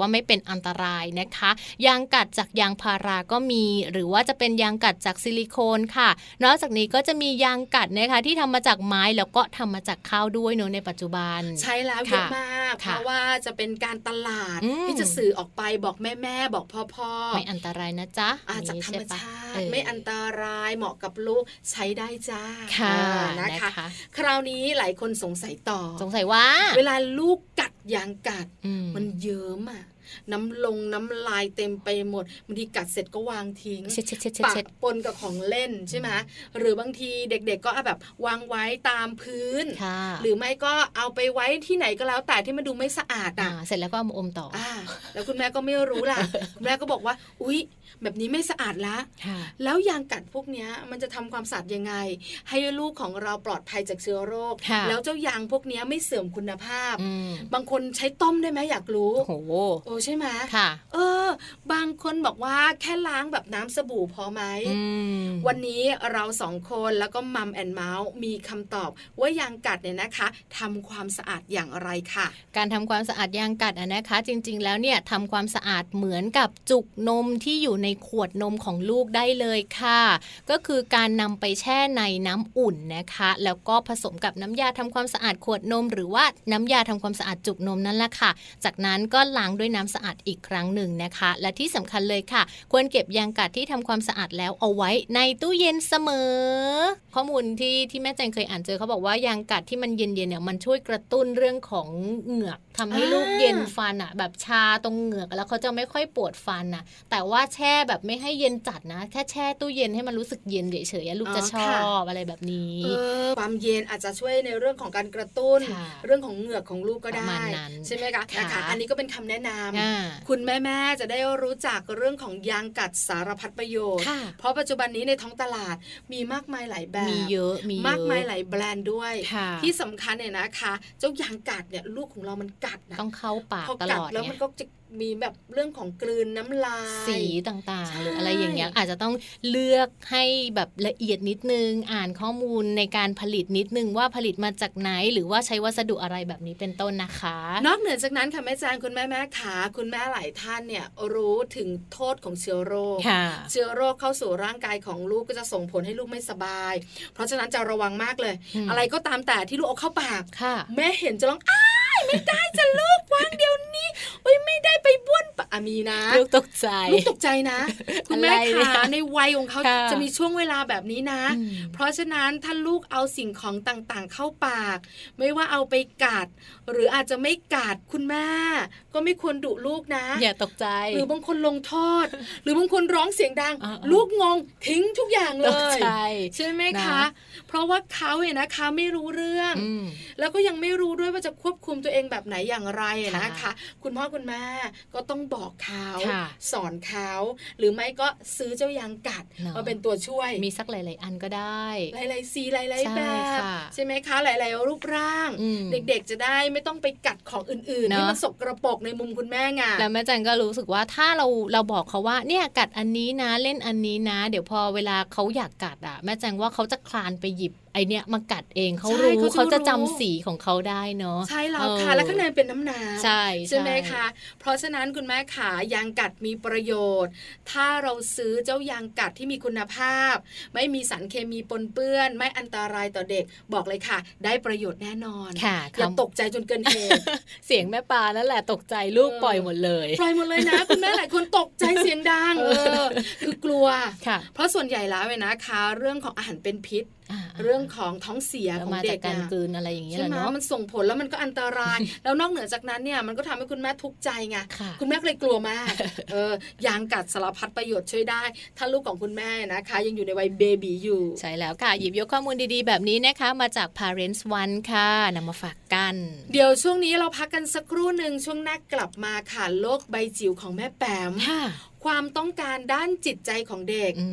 ไม่เป็นอันตรายนะคะยางกัดจากยางพาราก็มีหรือว่าจะเป็นยางกัดจากซิลิโคนค่ะนอกจากนี้ก็จะมียางกัดนะคะที่ทำมาจากไม้แล้วก็ทำมาจากข้าวด้วยเนอะในปัจจุบันใช่แล้วเยอะมากเพราะว่าจะเป็นการตลาดที่จะสื่อออกไปบอกแม่ๆบอกพ่อๆไม่อันตรายนะจ๊ะจากธรรมชาติไม่อันตรายเหมาะกับลูกใช้ได้จ้าค่ะนะคะ คราวนี้หลายคนสงสัยต่อสงสัยว่าเวลาลูกกัดยางกัดมันเยิ้มอ่ะน้ำลงน้ำลายเต็มไปหมดบางทีกัดเสร็จก็วางทิ้งปะปนกับของเล่นใช่ไหมหรือบางทีเด็กๆก็แบบวางไว้ตามพื้นหรือไม่ก็เอาไปไว้ที่ไหนก็แล้วแต่ที่มันดูไม่สะอาดอ่ะเสร็จแล้วก็เอามาอมต่ออ่าแล้วคุณแม่ก็ไม่รู้ล่ะคุณแม่ก็บอกว่าอุ๊ยแบบนี้ไม่สะอาดละแล้วยางกัดพวกนี้มันจะทำความสะอาดยังไงให้ลูกของเราปลอดภัยจากเชื้อโรคแล้วเจ้ายางพวกนี้ไม่เสื่อมคุณภาพบางคนใช้ต้มได้ไหมอยากรู้โอ้โอ้ใช่ไหมค่ะเออบางคนบอกว่าแค่ล้างแบบน้ำสบู่พอไหมวันนี้เราสองคนแล้วก็มัมแอนด์เมาส์มีคำตอบว่ายางกัดเนี่ยนะคะทำความสะอาดอย่างไรค่ะการทำความสะอาดยางกัดอะนะคะจริงๆแล้วเนี่ยทำความสะอาดเหมือนกับจุกนมที่อยู่ในขวดนมของลูกได้เลยค่ะก็คือการนำไปแช่ในน้ำอุ่นนะคะแล้วก็ผสมกับน้ำยาทำความสะอาดขวดนมหรือว่าน้ำยาทำความสะอาดจุกนมนั่นแหละค่ะจากนั้นก็ล้างด้วยน้ำสะอาดอีกครั้งหนึ่งนะคะและที่สำคัญเลยค่ะควรเก็บยางกัดที่ทำความสะอาดแล้วเอาไว้ในตู้เย็นเสมอข้อมูลที่ที่แม่แจงเคยอ่านเจอเขาบอกว่ายางกัดที่มันเย็นๆเนี่ยมันช่วยกระตุ้นเรื่องของเหงือกทำให้ลูกเย็นฟันอ่ะแบบชาตรงเหงือกแล้วเขาจะไม่ค่อยปวดฟันอ่ะแต่ว่าแช่แบบไม่ให้เย็นจัดนะแค่แช่ตู้เย็นให้มันรู้สึกเย็นเฉยๆลูกจะชอบอะไรแบบนี้ความเย็นอาจจะช่วยในเรื่องของการกระตุ้นเรื่องของเหงือกของลูกก็ได้ใช่ไหมคะนะคะอันนี้ก็เป็นคำแนะนำคุณแม่ๆจะได้รู้จักเรื่องของยางกัดสารพัดประโยชน์เพราะปัจจุบันนี้ในท้องตลาดมีมากมายหลายแบบมีเยอะมีมากมายหลายแบรนด์ด้วยที่สำคัญเนี่ยนะคะเจ้ายางกัดเนี่ยลูกของเรามันกัดนะต้องเข้าปากตลอดแล้วมันก็จะมีแบบเรื่องของกลืนน้ำลายสีต่างๆหรืออะไรอย่างเงี้ยอาจจะต้องเลือกให้แบบละเอียดนิดนึงอ่านข้อมูลในการผลิตนิดนึงว่าผลิตมาจากไหนหรือว่าใช้วัสดุอะไรแบบนี้เป็นต้นนะคะนอกเหนือจากนั้นค่ะแม่แจงคุณแม่แม่ขาคุณแม่หลายท่านเนี่ยรู้ถึงโทษของเชื้อโรคเชื้อโรคเข้าสู่ร่างกายของลูกก็จะส่งผลให้ลูกไม่สบายเพราะฉะนั้นจะระวังมากเลยอะไรก็ตามแต่ที่ลูกเอาเข้าปากแม่เห็นจะร้องอ้ายไม่ได้จะลูกวางเดี๋ยวนี้โอ๊ยไม่ได้ไปบ้วนปะมีนะลูกตกใจลูกตกใจนะคุณแม่ขาในวัยของเขาจะมีช่วงเวลาแบบนี้นะเพราะฉะนั้นถ้าลูกเอาสิ่งของต่างๆเข้าปากไม่ว่าเอาไปกัดหรืออาจจะไม่กัดคุณแม่ก็ไม่ควรดุลูกนะอย่าตกใจหรือบางคนลงโทษหรือบางคนร้องเสียงดังลูกงงทิ้งทุกอย่างเลยใช่ไหมคะเพราะว่าเขาเนี่ยนะคะไม่รู้เรื่องแล้วก็ยังไม่รู้ด้วยว่าจะควบคุมตัวเองแบบไหนอย่างไรนะคะคุณพ่อคุณแม่ก็ต้องบอกเขาสอนเขาหรือไม่ก็ซื้อเจ้ายางกัดมาเป็นตัวช่วยมีสักหลายๆอันก็ได้หลายๆสีหลายๆแบบใช่ไหมคะหลายๆรูปร่างเด็กๆจะได้ไม่ต้องไปกัดของอื่นๆที่มันสกปรกในมุมคุณแม่ไงแล้วแม่จันก็รู้สึกว่าถ้าเราเราบอกเขาว่าเนี่ยกัดอันนี้นะเล่นอันนี้นะเดี๋ยวพอเวลาเขาอยากกัดอ่ะแม่จันว่าเขาจะคลานไปหยิบไอเนี้ยมากัดเองเขารู้เขาจะจำสีของเขาได้เนาะใช่แล้วค่ะแล้วข้างในเป็นน้ำน้ำใช่ใช่ไหมคะเพราะฉะนั้นคุณแม่ขายางกัดมีประโยชน์ถ้าเราซื้อเจ้ายางกัดที่มีคุณภาพไม่มีสารเคมีปนเปื้อนไม่อันตรายต่อเด็กบอกเลยค่ะได้ประโยชน์แน่นอนอย่าตกใจจนเกินเหตุเสียงแม่ปลานั่นแหละตกใจลูกปล่อยหมดเลยปล่อยหมดเลยนะคุณแม่หลายคนตกใจเสียงดังคือกลัวเพราะส่วนใหญ่แล้วเนี่ยนะคะเรื่องของอาหารเป็นพิษเรื่องของท้องเสียของเด็กการกลืนอะไรอย่างเงี้ยเนาะมันส่งผลแล้วมันก็อันตรายแล้วนอกเหนือจากนั้นเนี่ยมันก็ทำให้คุณแม่ทุกข์ใจไงคุณแม่เลยกลัวมากเออยางกัดสารพัดประโยชน์ช่วยได้ถ้าลูกของคุณแม่นะคะยังอยู่ในวัยเบบีอยู่ใช่แล้วค่ะหยิบยกข้อมูลดีๆแบบนี้นะคะมาจาก Parents One ค่ะนำมาฝากกันเดี๋ยวช่วงนี้เราพักกันสักครู่นึงช่วงหน้ากลับมาค่ะโลกใบจิ๋วของแม่แปมความต้องการด้านจิตใจของเด็ก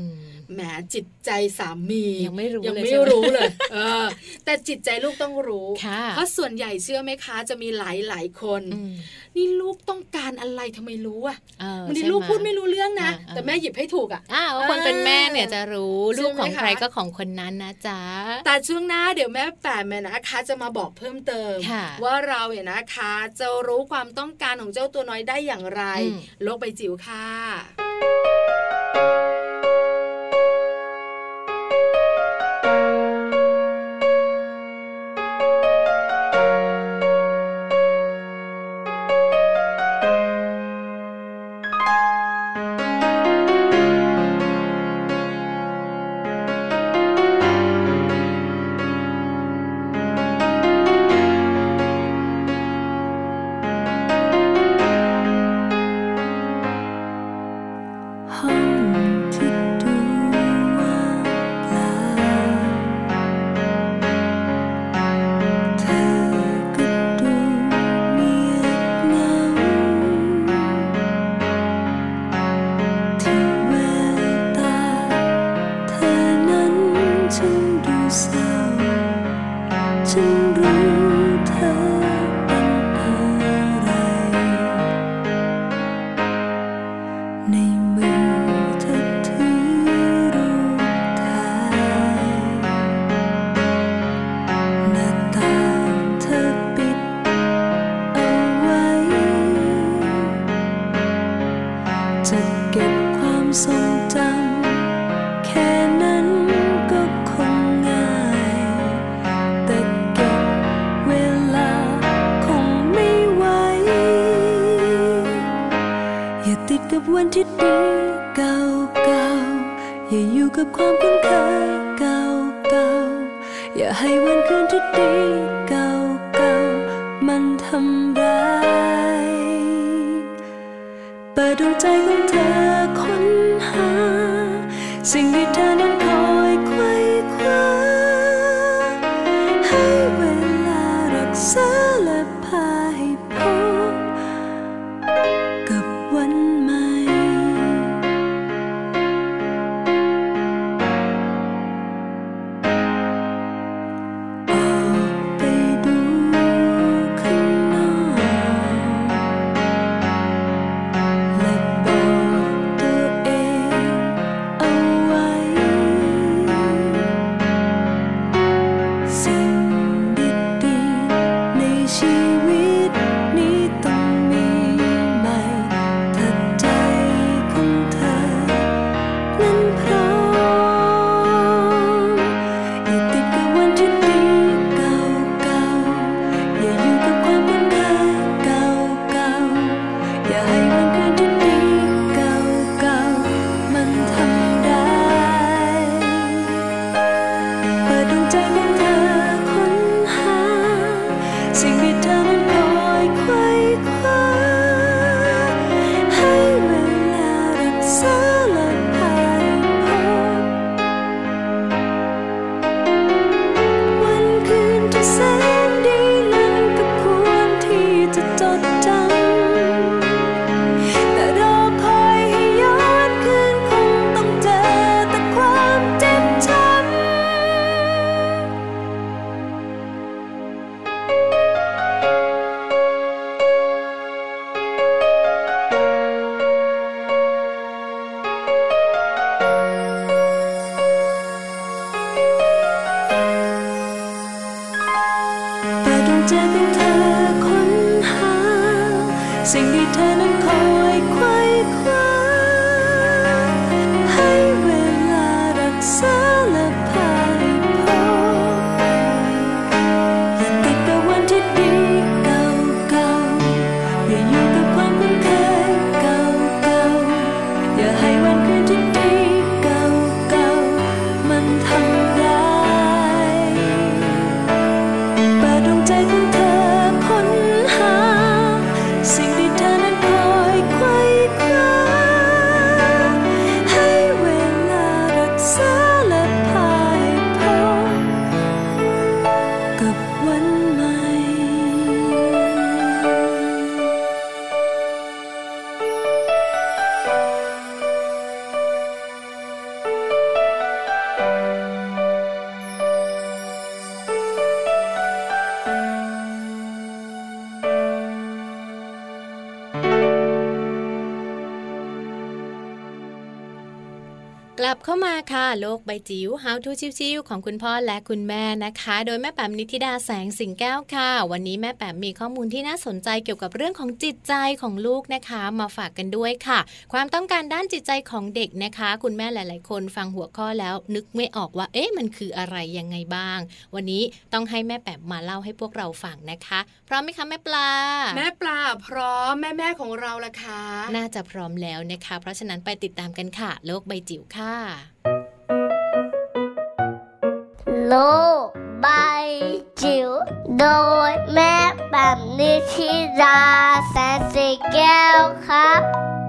แหมจิตใจสามียังไม่รู้ยังเลยไม่รู้เลยเออแต่จิตใจลูกต้องรู้เพราะส่วนใหญ่เชื่อไหมคะจะมีหลายหลายคนนี่ลูกต้องการอะไรทำไมรู้อ่ะบางทีลูกพูดไม่รู้เรื่องนะแต่แม่หยิบให้ถูกอ่ะคนเป็นแม่เนี่ยจะรู้ลูกของใครก็ของคนนั้นนะจ๊ะแต่ช่วงหน้าเดี๋ยวแม่แปมแม่นะคะจะมาบอกเพิ่มเติมว่าเราเนี่ยนะคะจะรู้ความต้องการของเจ้าตัวน้อยได้อย่างไรโลกใบจิ๋วค่ะวันที่ดีเก่าๆอย่าอยู่กับความคุ้นเคยเก่าๆอย่าให้วันคืนที่ดีเก่าๆมันทำร้ายเปิดดวงใจของเธอค้นหาสิ่งที่เธอนั้นคอยไขว่คว้าให้เวลารักษาและพาให้พบกับวันใหม่ออกไปดูข้างนอกและบอกตัวเองเอาไว้สิ่งดีๆในชีวิตนี้ต้องมีใหม่ถ้าใจของเธอนั้นพร้อมอย่าติดกับวันที่ดีเก่าๆอย่าอยู่กับความคุ้นเคยเก่าๆอย่าให้วันคืนที่ดีเก่าๆมันทำร้ายเปิดดวงใจของเธอค้นหาสิ่งที่เธอนั้นคอยไขว่คว้าให้เวลารักษาและพาให้พบวันคืนที่แสนดีนั้นก็ควรที่จะจดจำแต่รอคอยให้ย้อนคืนคงต้องเจอแต่ความเจ็บช้ำเปิดดวงใจของเธอค้นหาสิ่งที่เธอนั้นคอยไขว่คว้าให้เวลารักษาและพาให้พบอย่าติดกับวันที่ดีเก่าๆอย่าอยู่กับความคุ้นเคยเก่าๆอย่าให้วันคืนที่ดีเก่าๆมันทำร้ายเปิดดวงใจของเธอค้นหาสิ่งที่เธอนั้นคอยไขว่คว้ากลับเข้ามาค่ะโลกใบจิ๋ว How to ชิวๆของคุณพ่อและคุณแม่นะคะโดยแม่แป๋มนิธิดาแสงสิงแก้วค่ะวันนี้แม่แป๋มมีข้อมูลที่น่าสนใจเกี่ยวกับเรื่องของจิตใจของลูกนะคะมาฝากกันด้วยค่ะความต้องการด้านจิตใจของเด็กนะคะคุณแม่หลายๆคนฟังหัวข้อแล้วนึกไม่ออกว่าเอ๊ะมันคืออะไรยังไงบ้างวันนี้ต้องให้แม่แป๋มมาเล่าให้พวกเราฟังนะคะพร้อมไหมคะแม่ปลาแม่ปลาพร้อมแม่ๆของเราล่ะคะน่าจะพร้อมแล้วนะคะเพราะฉะนั้นไปติดตามกันค่ะโลกใบจิ๋วค่ะโลกใบจิ๋วโดยแม่แบบนิชิราแสนสีแก้วครับ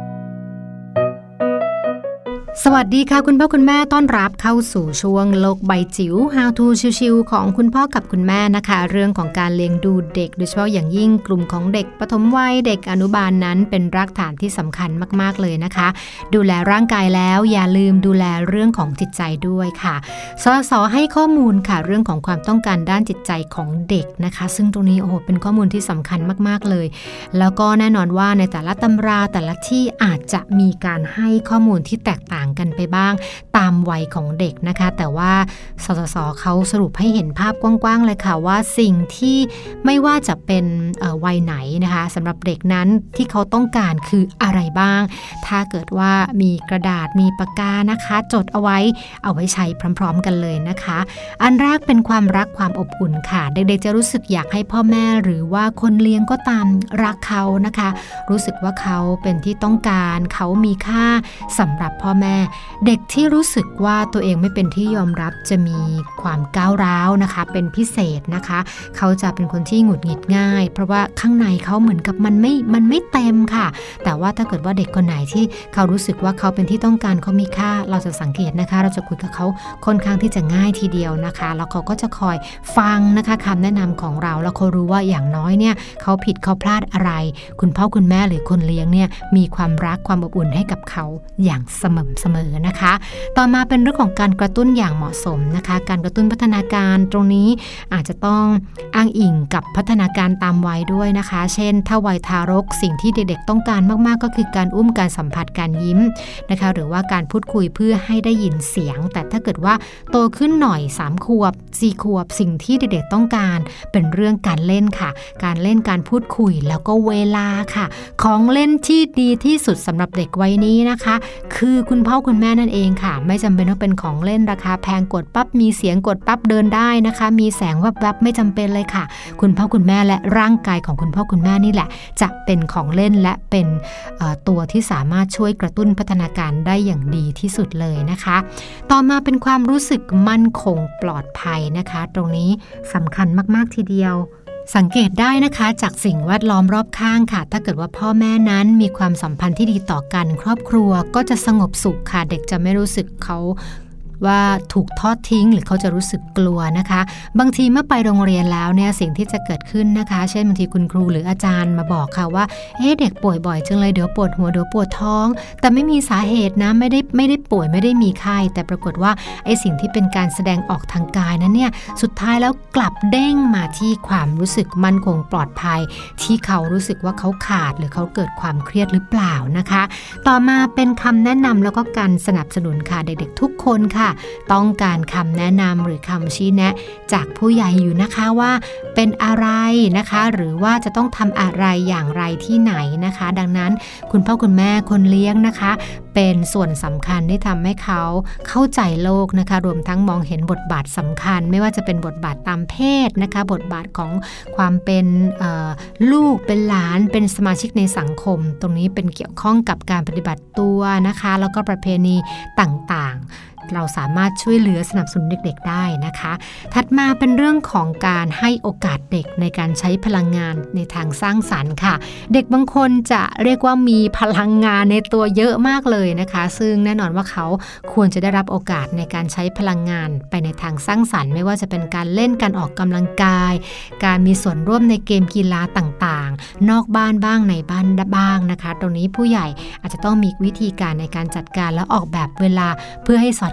สวัสดีค่ะคุณพ่อคุณแม่ต้อนรับเข้าสู่ช่วงโลกใบจิ๋ว How to ชิวๆของคุณพ่อกับคุณแม่นะคะเรื่องของการเลี้ยงดูเด็กโดยเฉพาะอย่างยิ่งกลุ่มของเด็กปฐมวัยเด็กอนุบาลนั้นเป็นรากฐานที่สำคัญมากๆเลยนะคะดูแลร่างกายแล้วอย่าลืมดูแลเรื่องของจิตใจด้วยค่ะสสให้ข้อมูลค่ะเรื่องของความต้องการด้านจิตใจของเด็กนะคะซึ่งตรงนี้โอ้โหเป็นข้อมูลที่สำคัญมากๆเลยแล้วก็แน่นอนว่าในแต่ละตำราแต่ละที่อาจจะมีการให้ข้อมูลที่แตกต่างกันไปบ้างตามวัยของเด็กนะคะแต่ว่าสสสเขาสรุปให้เห็นภาพกว้างๆเลยค่ะว่าสิ่งที่ไม่ว่าจะเป็นวัยไหนนะคะสำหรับเด็กนั้นที่เขาต้องการคืออะไรบ้างถ้าเกิดว่ามีกระดาษมีปากกานะคะจดเอาไว้เอาไว้ใช้พร้อมๆกันเลยนะคะอันแรกเป็นความรักความอบอุ่นค่ะเด็กๆจะรู้สึกอยากให้พ่อแม่หรือว่าคนเลี้ยงก็ตามรักเขานะคะรู้สึกว่าเขาเป็นที่ต้องการเขามีค่าสำหรับพ่อแม่เด็กที่รู้สึกว่าตัวเองไม่เป็นที่ยอมรับจะมีความก้าวร้าวนะคะเป็นพิเศษนะคะเขาจะเป็นคนที่หงุดหงิดง่ายเพราะว่าข้างในเขาเหมือนกับมันไม่มันไม่เต็มค่ะแต่ว่าถ้าเกิดว่าเด็กคนไหนที่เขารู้สึกว่าเขาเป็นที่ต้องการเขามีค่าเราจะสังเกตนะคะเราจะคุยกับเขาค่อนข้างที่จะง่ายทีเดียวนะคะแล้วเขาก็จะคอยฟังนะคะคำแนะนำของเราแล้วเขารู้ว่าอย่างน้อยเนี่ยเขาผิดเขาพลาดอะไรคุณพ่อคุณแม่หรือคนเลี้ยงเนี่ยมีความรักความอบอุ่นให้กับเขาอย่างสม่ำเสมอนะคะต่อมาเป็นเรื่องของการกระตุ้นอย่างเหมาะสมนะคะการกระตุ้นพัฒนาการตรงนี้อาจจะต้องอ้างอิงกับพัฒนาการตามวัยด้วยนะคะเช่นถ้าวัยทารกสิ่งที่เด็กๆต้องการมากๆก็คือการอุ้มการสัมผัสการยิ้มนะคะหรือว่าการพูดคุยเพื่อให้ได้ยินเสียงแต่ถ้าเกิดว่าโตขึ้นหน่อยสามขวบสี่ขวบสิ่งที่เด็กๆต้องการเป็นเรื่องการเล่นค่ะการเล่นการพูดคุยแล้วก็เวลาค่ะของเล่นที่ดีที่สุดสำหรับเด็กวัยนี้นะคะคือคุณพ่อคุณแม่นั่นเองค่ะไม่จำเป็นต้องเป็นของเล่นราคาแพงกดปั๊บมีเสียงกดปั๊บเดินได้นะคะมีแสงแวบๆไม่จำเป็นเลยค่ะคุณพ่อคุณแม่และร่างกายของคุณพ่อคุณแม่นี่แหละจะเป็นของเล่นและเป็นตัวที่สามารถช่วยกระตุ้นพัฒนาการได้อย่างดีที่สุดเลยนะคะต่อมาเป็นความรู้สึกมั่นคงปลอดภัยนะคะตรงนี้สำคัญมากๆทีเดียวสังเกตได้นะคะจากสิ่งแวดล้อมรอบข้างค่ะถ้าเกิดว่าพ่อแม่นั้นมีความสัมพันธ์ที่ดีต่อกันครอบครัวก็จะสงบสุขค่ะเด็กจะไม่รู้สึกเขาว่าถูกทอดทิ้งหรือเขาจะรู้สึกกลัวนะคะบางทีเมื่อไปโรงเรียนแล้วเนี่ยสิ่งที่จะเกิดขึ้นนะคะเช่นบางทีคุณครูหรืออาจารย์มาบอกค่ะว่าเอ๊ะเด็กป่วยบ่อยจังเลยเดี๋ยวปวดหัวเดี๋ยวปวดท้องแต่ไม่มีสาเหตุนะไม่ได้ไม่ได้ป่วยไม่ได้มีไข้แต่ปรากฏว่าไอ้สิ่งที่เป็นการแสดงออกทางกายนั้นเนี่ยสุดท้ายแล้วกลับเด้งมาที่ความรู้สึกมั่นคงปลอดภัยที่เขารู้สึกว่าเขาขาดหรือเขาเกิดความเครียดหรือเปล่านะคะต่อมาเป็นคำแนะนำแล้วก็การสนับสนุนค่ะเด็กๆทุกคนค่ะต้องการคำแนะนำหรือคำชี้แนะจากผู้ใหญ่อยู่นะคะว่าเป็นอะไรนะคะหรือว่าจะต้องทำอะไรอย่างไรที่ไหนนะคะดังนั้นคุณพ่อคุณแม่คนเลี้ยงนะคะเป็นส่วนสำคัญที่ทำให้เขาเข้าใจโลกนะคะรวมทั้งมองเห็นบทบาทสำคัญไม่ว่าจะเป็นบทบาทตามเพศนะคะบทบาทของความเป็นลูกเป็นหลานเป็นสมาชิกในสังคมตรงนี้เป็นเกี่ยวข้องกับการปฏิบัติตัวนะคะแล้วก็ประเพณีต่างๆเราสามารถช่วยเหลือสนับสนุนเด็กๆได้นะคะถัดมาเป็นเรื่องของการให้โอกาสเด็กในการใช้พลังงานในทางสร้างสรรค์ค่ะเด็กบางคนจะเรียกว่ามีพลังงานในตัวเยอะมากเลยนะคะซึ่งแน่นอนว่าเขาควรจะได้รับโอกาสในการใช้พลังงานไปในทางสร้างสรรค์ไม่ว่าจะเป็นการเล่นการออกกำลังกายการมีส่วนร่วมในเกมกีฬาต่างๆนอกบ้านบ้างในบ้านบ้างนะคะตรงนี้ผู้ใหญ่อาจจะต้องมีวิธีการในการจัดการและออกแบบเวลาเพื่อให้สอด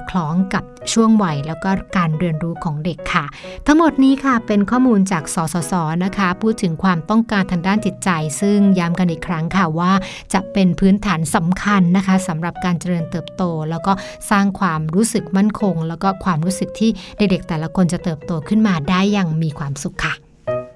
คล้องกับช่วงวัยแล้วก็การเรียนรู้ของเด็กค่ะทั้งหมดนี้ค่ะเป็นข้อมูลจากสสส.นะคะพูดถึงความต้องการทางด้านจิตใจซึ่งย้ำกันอีกครั้งค่ะว่าจะเป็นพื้นฐานสำคัญนะคะสำหรับการเจริญเติบโตแล้วก็สร้างความรู้สึกมั่นคงแล้วก็ความรู้สึกที่เด็กๆแต่ละคนจะเติบโตขึ้นมาได้อย่างมีความสุขค่ะ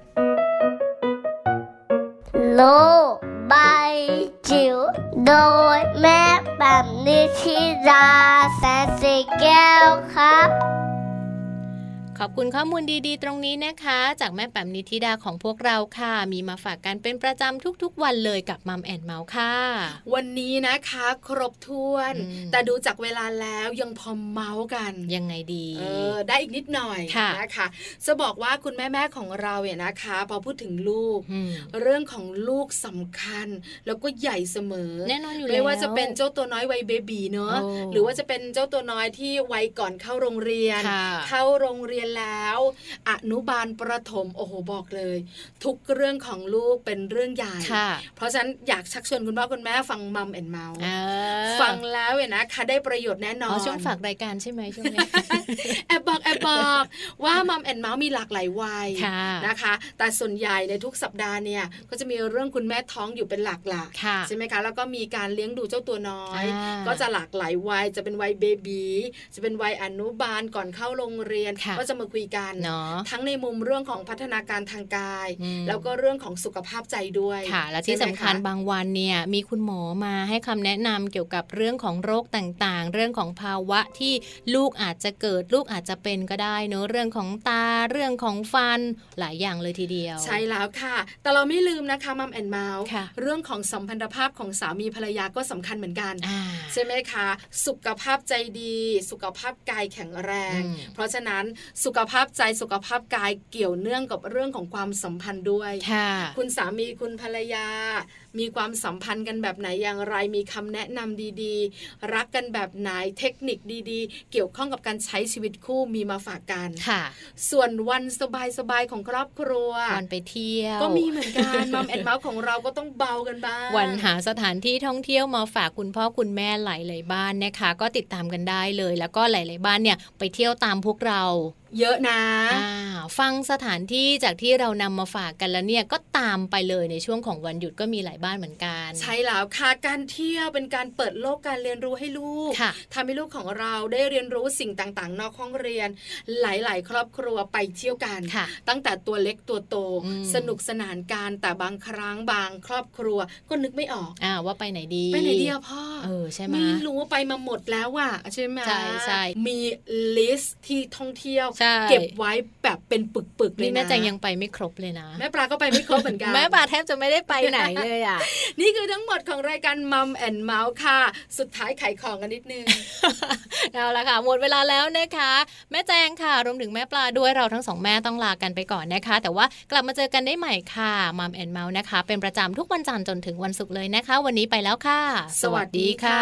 โลกใบจิ๋วโดยแม่แบบนิชิราแสนสีแก้วครับขอบคุณข้อมูลดีๆตรงนี้นะคะจากแม่แป๋มนิธิดาของพวกเราค่ะมีมาฝากกันเป็นประจำทุกๆวันเลยกับมัมแอนด์เมาส์ค่ะวันนี้นะคะครบถ้วนแต่ดูจากเวลาแล้วยังพอเมาส์กันยังไงดีเออได้อีกนิดหน่อยนะคะจะบอกว่าคุณแม่ๆของเราเนี่ยนะคะพอพูดถึงลูกเรื่องของลูกสำคัญแล้วก็ใหญ่เสมอแน่นอนอยู่แล้วไม่ว่าจะเป็นเจ้าตัวน้อยวัยเบบีเนอะหรือว่าจะเป็นเจ้าตัวน้อยที่วัยก่อนเข้าโรงเรียนเข้าโรงเรียนแล้วอนุบาลประถมโอ้โหบอกเลยทุกเรื่องของลูกเป็นเรื่องใหญ่เพราะฉะนั้นอยากชักชวนคุณพ่อคุณแม่ฟังมัมแอนด์เมาส์ฟังแล้วเนี่ยนะคะได้ประโยชน์แน่นอนช่วงฝากรายการใช่ไหมช่วงนี้แอบบอกแอบบอกว่ามัมแอนด์เมาส์มีหลากหลายวัยนะคะแต่ส่วนใหญ่ในทุกสัปดาห์เนี่ยก็จะมีเรื่องคุณแม่ท้องอยู่เป็นหลักหลักใช่ไหมคะแล้วก็มีการเลี้ยงดูเจ้าตัวน้อยก็จะหลากหลายวัยจะเป็นวัยเบบีจะเป็นวัยอนุบาลก่อนเข้าโรงเรียนก็จะมาคุยกันทั้งในมุมเรื่องของพัฒนาการทางกายแล้วก็เรื่องของสุขภาพใจด้วยค่ะและที่สำคัญบางวันเนี่ยมีคุณหมอมาให้คำแนะนำเกี่ยวกับเรื่องของโรคต่างๆเรื่องของภาวะที่ลูกอาจจะเกิดลูกอาจจะเป็นก็ได้เนอะเรื่องของตาเรื่องของฟันหลายอย่างเลยทีเดียวใช่แล้วค่ะแต่เราไม่ลืมนะคะมัมแอนด์เมาส์เรื่องของสัมพันธภาพของสามีภรรยาก็สำคัญเหมือนกันใช่ไหมคะสุขภาพใจดีสุขภาพกายแข็งแรงเพราะฉะนั้นสุขภาพใจสุขภาพกายเกี่ยวเนื่องกับเรื่องของความสัมพันธ์ด้วยคุณสามีคุณภรรยามีความสัมพันธ์กันแบบไหนอย่างไรมีคำแนะนำดีๆรักกันแบบไหนเทคนิคดีๆเกี่ยวข้องกับการใช้ชีวิตคู่มีมาฝากกันส่วนวันสบายๆของครอบครัววันไปเที่ยวก็มีเหมือนกันมัมแอนด์เมาส์ของเราก็ต้องเบากันบ้างวันหาสถานที่ท่องเที่ยวมาฝากคุณพ่อคุณแม่หลายๆบ้านนะคะก็ติดตามกันได้เลยแล้วก็หลายๆบ้านเนี่ยไปเที่ยวตามพวกเราเยอะนะฟังสถานที่จากที่เรานำมาฝากกันแล้วเนี่ยก็ตามไปเลยในช่วงของวันหยุดก็มีหลายบ้านเหมือนกันใช่แล้วค่ะการเที่ยวเป็นการเปิดโลกการเรียนรู้ให้ลูกทำให้ลูกของเราได้เรียนรู้สิ่งต่างๆนอกห้องเรียนหลายๆครอบครัวไปเที่ยวกันตั้งแต่ตัวเล็กตัวโตสนุกสนานกันแต่บางครั้งบางครอบครัวก็นึกไม่ออกอ่าว่าไปไหนดีไปไหนดีอะพ่อเออใช่ไหมไม่รู้ว่าไปมาหมดแล้วอะใช่ไหมใช่ใช่มีลิสต์ที่ท่องเที่ยวเก็บไว้แบบเป็นปึกๆเลยนะนี่แม่แจงยังไปไม่ครบเลยนะแม่ปลาก็ไปไม่ครบเหมือนกันแม่ปลาแทบจะไม่ได้ไปไหนเลยอ่ะนี่คือทั้งหมดของรายการมัมแอนด์เมาส์ค่ะสุดท้ายไขของกันนิดนึงเอาละค่ะหมดเวลาแล้วนะคะแม่แจงค่ะรวมถึงแม่ปลาด้วยเราทั้งสองแม่ต้องลากันไปก่อนนะคะแต่ว่ากลับมาเจอกันได้ใหม่ค่ะมัมแอนด์เมาส์นะคะเป็นประจำทุกวันจันทร์จนถึงวันศุกร์เลยนะคะวันนี้ไปแล้วค่ะสวัสดีค่ะ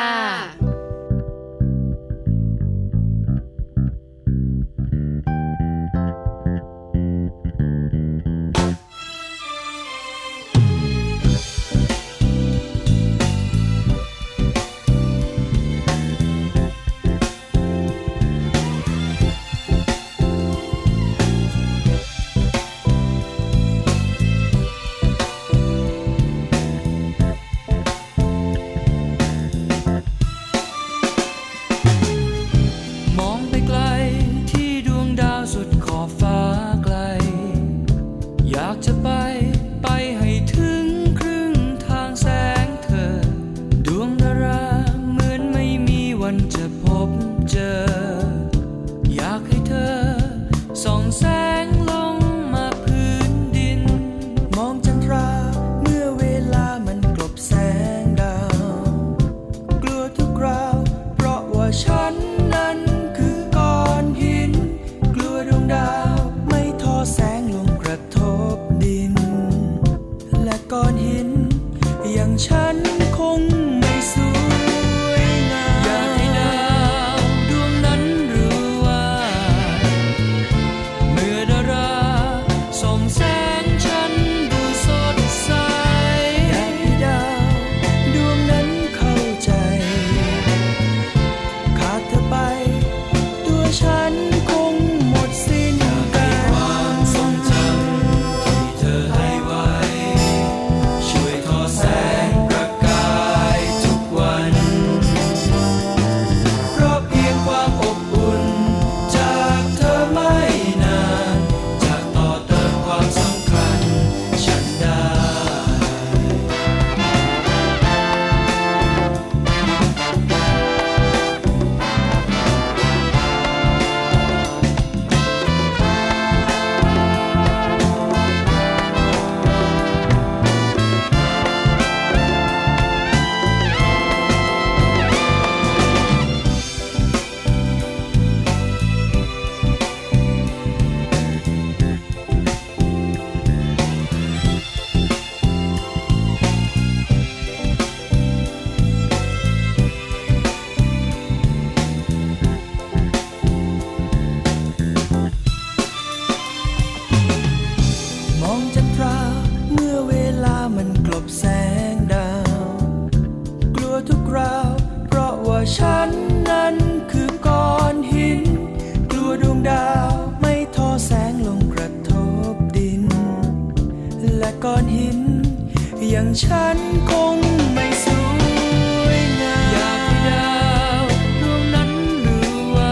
อย่างฉันคงไม่สวยงามอยากให้ดาวดวงนั้นรู้ว่า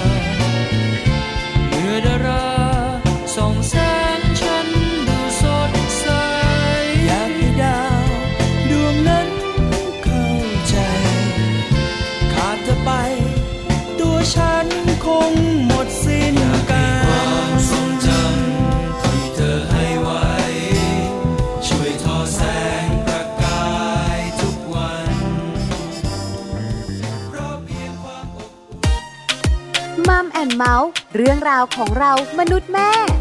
เมื่อดาราส่องแสงฉันดูสดใสอยากให้ดาวดวงนั้นเข้าใจขาดเธอไปตัวฉันคงหมดสิ้นการความทรงจำที่เธอให้ไว้ช่วยทอแสงประกายทุกวันเพราะเพียงความอบอุ่นมัมแอนด์เมาส์เรื่องราวของเรามนุษย์แม่